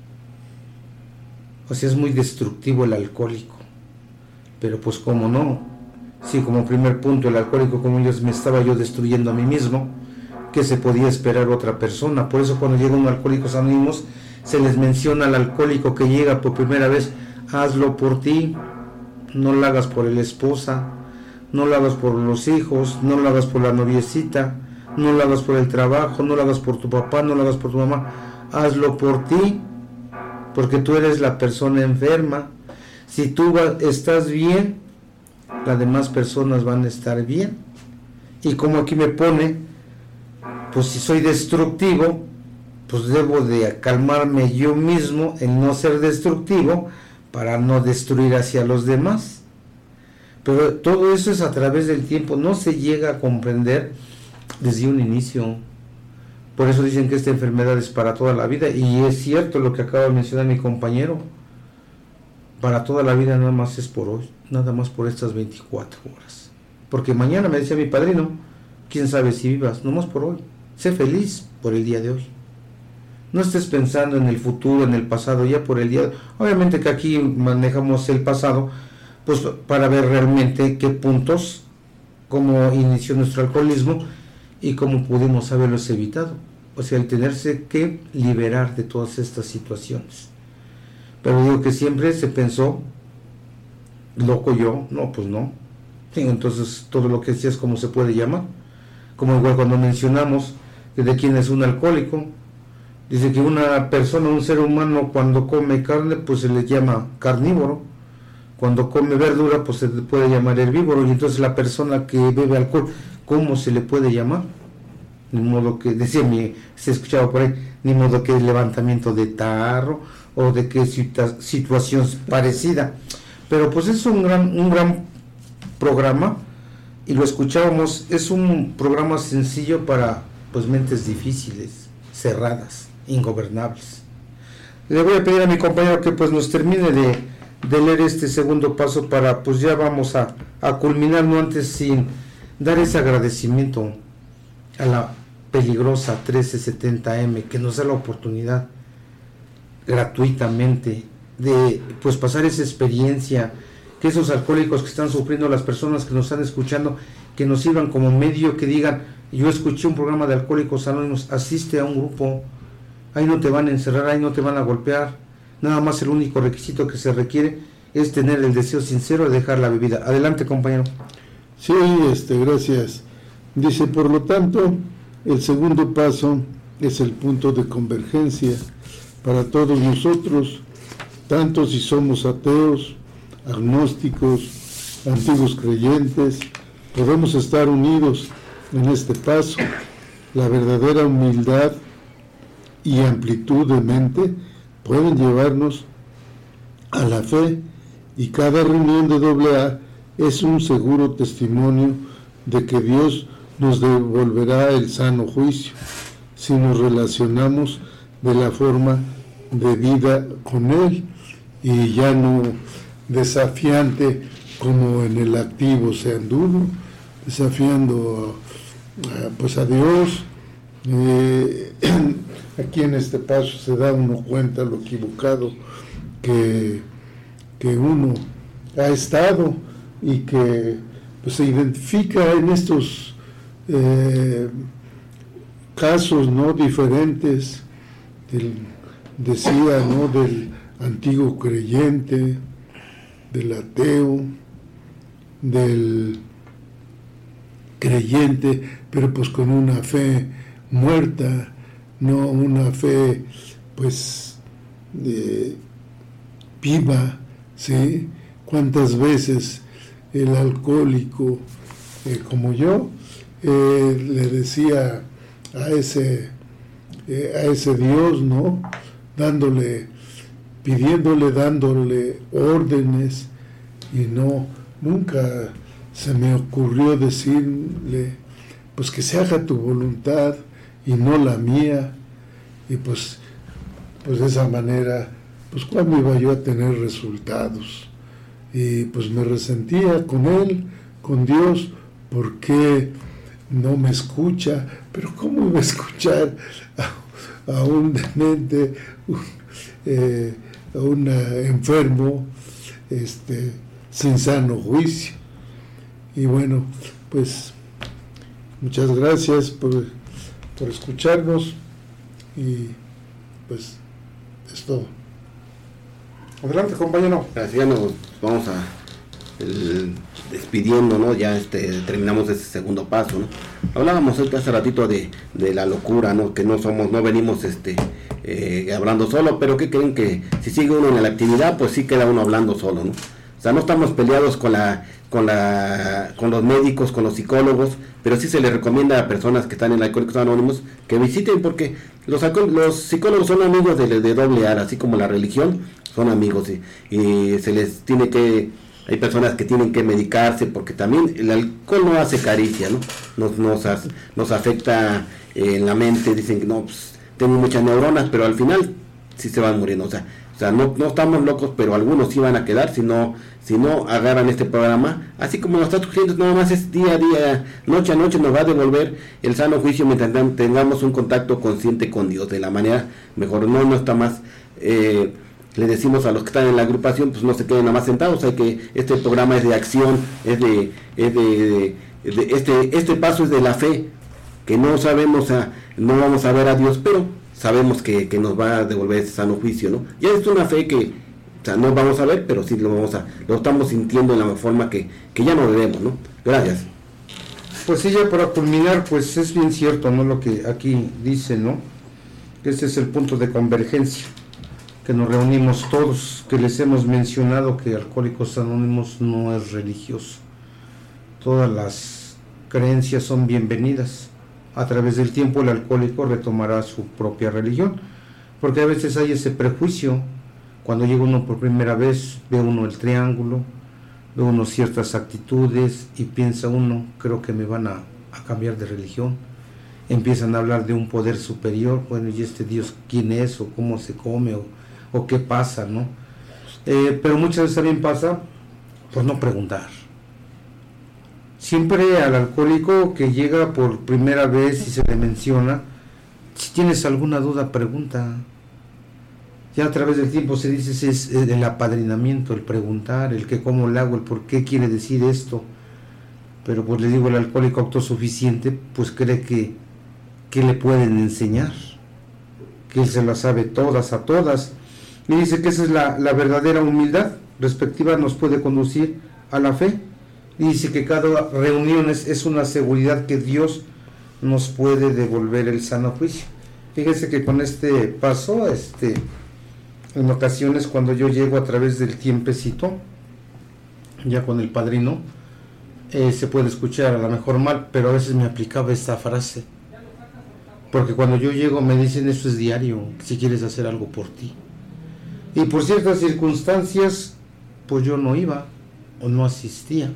O sea, es muy destructivo el alcohólico. Pero pues cómo no, si como primer punto el alcohólico, como yo me estaba yo destruyendo a mí mismo, ¿qué se podía esperar otra persona? Por eso cuando llega un Alcohólicos Anónimos, se les menciona al alcohólico que llega por primera vez, hazlo por ti, no lo hagas por la esposa, no lo hagas por los hijos, no lo hagas por la noviecita, no lo hagas por el trabajo, no lo hagas por tu papá, no lo hagas por tu mamá, hazlo por ti, porque tú eres la persona enferma. Si tú va, estás bien, las demás personas van a estar bien. Y como aquí me pone, pues si soy destructivo, pues debo de calmarme yo mismo en no ser destructivo para no destruir hacia los demás. Pero todo eso es a través del tiempo, no se llega a comprender desde un inicio. Por eso dicen que esta enfermedad es para toda la vida, y es cierto lo que acaba de mencionar mi compañero. Para toda la vida nada más es por hoy, nada más por estas veinticuatro horas. Porque mañana, me decía mi padrino, quién sabe si vivas, no más por hoy. Sé feliz por el día de hoy. No estés pensando en el futuro, en el pasado, ya por el día de hoy. Obviamente que aquí manejamos el pasado, pues para ver realmente qué puntos, cómo inició nuestro alcoholismo y cómo pudimos haberlos evitado. O sea, el tenerse que liberar de todas estas situaciones. Pero digo que siempre se pensó, loco yo, no, pues no. Sí, entonces todo lo que decías, ¿cómo se puede llamar? Como igual cuando mencionamos que de quién es un alcohólico, dice que una persona, un ser humano, cuando come carne, pues se le llama carnívoro. Cuando come verdura, pues se le puede llamar herbívoro. Y entonces la persona que bebe alcohol, ¿cómo se le puede llamar? Ni modo que, decía mi, se escuchaba por ahí, ni modo que levantamiento de tarro, o de qué situa- situación parecida. Pero pues es un gran, un gran programa, y lo escuchábamos, es un programa sencillo para pues mentes difíciles, cerradas, ingobernables. Le voy a pedir a mi compañero que pues nos termine de, de leer este segundo paso para pues ya vamos a, a culminar, no antes sin dar ese agradecimiento a la peligrosa trece setenta eme que nos da la oportunidad gratuitamente de pues pasar esa experiencia, que esos alcohólicos que están sufriendo, las personas que nos están escuchando, que nos sirvan como medio, que digan, yo escuché un programa de Alcohólicos Anónimos, asiste a un grupo, ahí no te van a encerrar, ahí no te van a golpear, nada más el único requisito que se requiere es tener el deseo sincero de dejar la bebida. Adelante, compañero. Sí, este, gracias. Dice, por lo tanto, el segundo paso es el punto de convergencia para todos nosotros, tanto si somos ateos, agnósticos, antiguos creyentes, podemos estar unidos en este paso. La verdadera humildad y amplitud de mente pueden llevarnos a la fe, y cada reunión de doble A es un seguro testimonio de que Dios nos devolverá el sano juicio si nos relacionamos de la forma de vida con Él, y ya no desafiante como en el activo se anduvo, desafiando a, pues a Dios. Eh, aquí en este paso se da uno cuenta lo equivocado que, que uno ha estado, y que pues se identifica en estos eh, casos no diferentes del, decía, ¿no?, del antiguo creyente, del ateo, del creyente, pero pues con una fe muerta, no una fe pues eh, viva, ¿sí? ¿Cuántas veces el alcohólico, eh, como yo, eh, le decía a ese, eh, a ese Dios, ¿no?, dándole, pidiéndole, dándole órdenes, y no, nunca se me ocurrió decirle, pues que se haga tu voluntad y no la mía, y pues, pues de esa manera, pues cuándo iba yo a tener resultados. Y pues me resentía con él, con Dios, porque no me escucha. Pero ¿cómo iba a escuchar a, a un demente, un, eh, a un enfermo, este, sin sano juicio? Y bueno, pues muchas gracias por, por escucharnos, y pues es todo. Adelante, compañero. Así ya nos vamos a el, despidiendo, ¿no? Ya este, terminamos ese segundo paso, ¿no? Hablábamos hace ratito de, de la locura, ¿no? Que no somos, no venimos este eh, hablando solo, pero ¿qué creen? Que si sigue uno en la actividad, pues sí queda uno hablando solo, ¿no? sea, no estamos peleados con la con la con los médicos, con los psicólogos, pero sí se les recomienda a personas que están en Alcohólicos Anónimos que visiten, porque los los psicólogos son amigos de, de doble A, así como la religión son amigos, y, y se les tiene que, hay personas que tienen que medicarse, porque también el alcohol no hace caricia, ¿no? Nos, nos, nos afecta en la mente, dicen que no, pues, tengo muchas neuronas, pero al final sí se van muriendo, o sea, o sea no, no estamos locos, pero algunos sí van a quedar si no, si no agarran este programa, así como nos está sugiriendo, nada más es día a día, noche a noche nos va a devolver el sano juicio mientras tengamos un contacto consciente con Dios, de la manera mejor, no, no está más, eh, le decimos a los que están en la agrupación, pues no se queden nada más sentados, hay que, este programa es de acción, es de, es de, de, de este, este paso es de la fe, que no sabemos, a, no vamos a ver a Dios, pero sabemos que, que nos va a devolver ese sano juicio, ¿no? Ya es una fe que, o sea, no vamos a ver, pero sí lo vamos a, lo estamos sintiendo en la forma que, que ya no debemos, ¿no? Gracias. Pues sí, ya para culminar, pues es bien cierto, ¿no? Lo que aquí dice, ¿no? Este es el punto de convergencia, que nos reunimos todos, que les hemos mencionado que Alcohólicos Anónimos no es religioso. Todas las creencias son bienvenidas. A través del tiempo el alcohólico retomará su propia religión, porque a veces hay ese prejuicio, cuando llega uno por primera vez, ve uno el triángulo, ve uno ciertas actitudes y piensa uno, creo que me van a, a cambiar de religión, empiezan a hablar de un poder superior, bueno, y este Dios, ¿quién es? O cómo se come, o, o qué pasa, ¿no? Eh, pero muchas veces también pasa por no preguntar. Siempre al alcohólico que llega por primera vez y se le menciona, si tienes alguna duda, pregunta. Ya a través del tiempo se dice, es el apadrinamiento, el preguntar, el que cómo le hago, el por qué quiere decir esto. Pero pues le digo, el alcohólico autosuficiente, pues cree que, que le pueden enseñar, que él se las sabe todas a todas. Y dice que esa es la, la verdadera humildad respectiva, nos puede conducir a la fe. Dice que cada reunión es, es una seguridad que Dios nos puede devolver el sano juicio. Fíjense que con este paso, este, en ocasiones cuando yo llego a través del tiempecito, ya con el padrino, eh, se puede escuchar a lo mejor mal, pero a veces me aplicaba esta frase. Porque cuando yo llego me dicen, esto es diario, si quieres hacer algo por ti. Y por ciertas circunstancias, pues yo no iba o no asistía.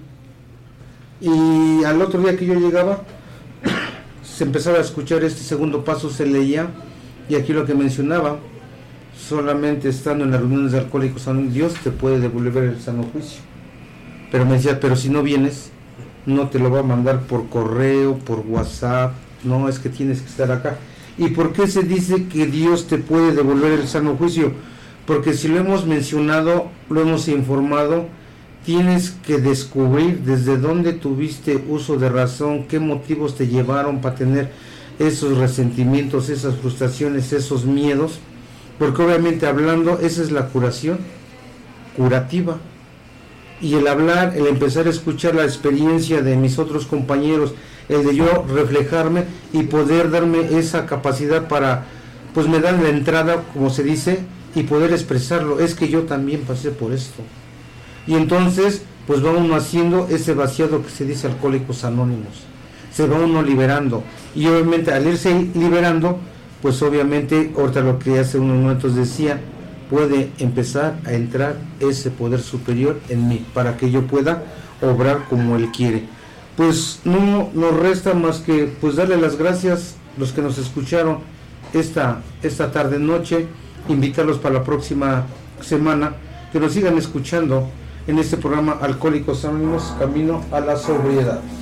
Y al otro día que yo llegaba, se empezaba a escuchar este segundo paso, se leía, y aquí lo que mencionaba, solamente estando en las reuniones de Alcohólicos Anónimos, Dios te puede devolver el sano juicio. Pero me decía, pero si no vienes, no te lo va a mandar por correo, por WhatsApp, no, es que tienes que estar acá. ¿Y por qué se dice que Dios te puede devolver el sano juicio? Porque si lo hemos mencionado, lo hemos informado, tienes que descubrir desde dónde tuviste uso de razón, qué motivos te llevaron para tener esos resentimientos, esas frustraciones, esos miedos, porque obviamente hablando, esa es la curación curativa. Y el hablar, el empezar a escuchar la experiencia de mis otros compañeros, el de yo reflejarme y poder darme esa capacidad para, pues me dan la entrada, como se dice, y poder expresarlo, es que yo también pasé por esto. Y entonces, pues va uno haciendo ese vaciado que se dice Alcohólicos Anónimos. Se va uno liberando. Y obviamente al irse liberando, pues obviamente, ahorita lo que hace unos momentos decía, puede empezar a entrar ese poder superior en mí, para que yo pueda obrar como Él quiere. Pues no nos resta más que pues darle las gracias a los que nos escucharon esta, esta tarde noche, invitarlos para la próxima semana, que nos sigan escuchando en este programa Alcohólicos Anónimos, Camino a la Sobriedad.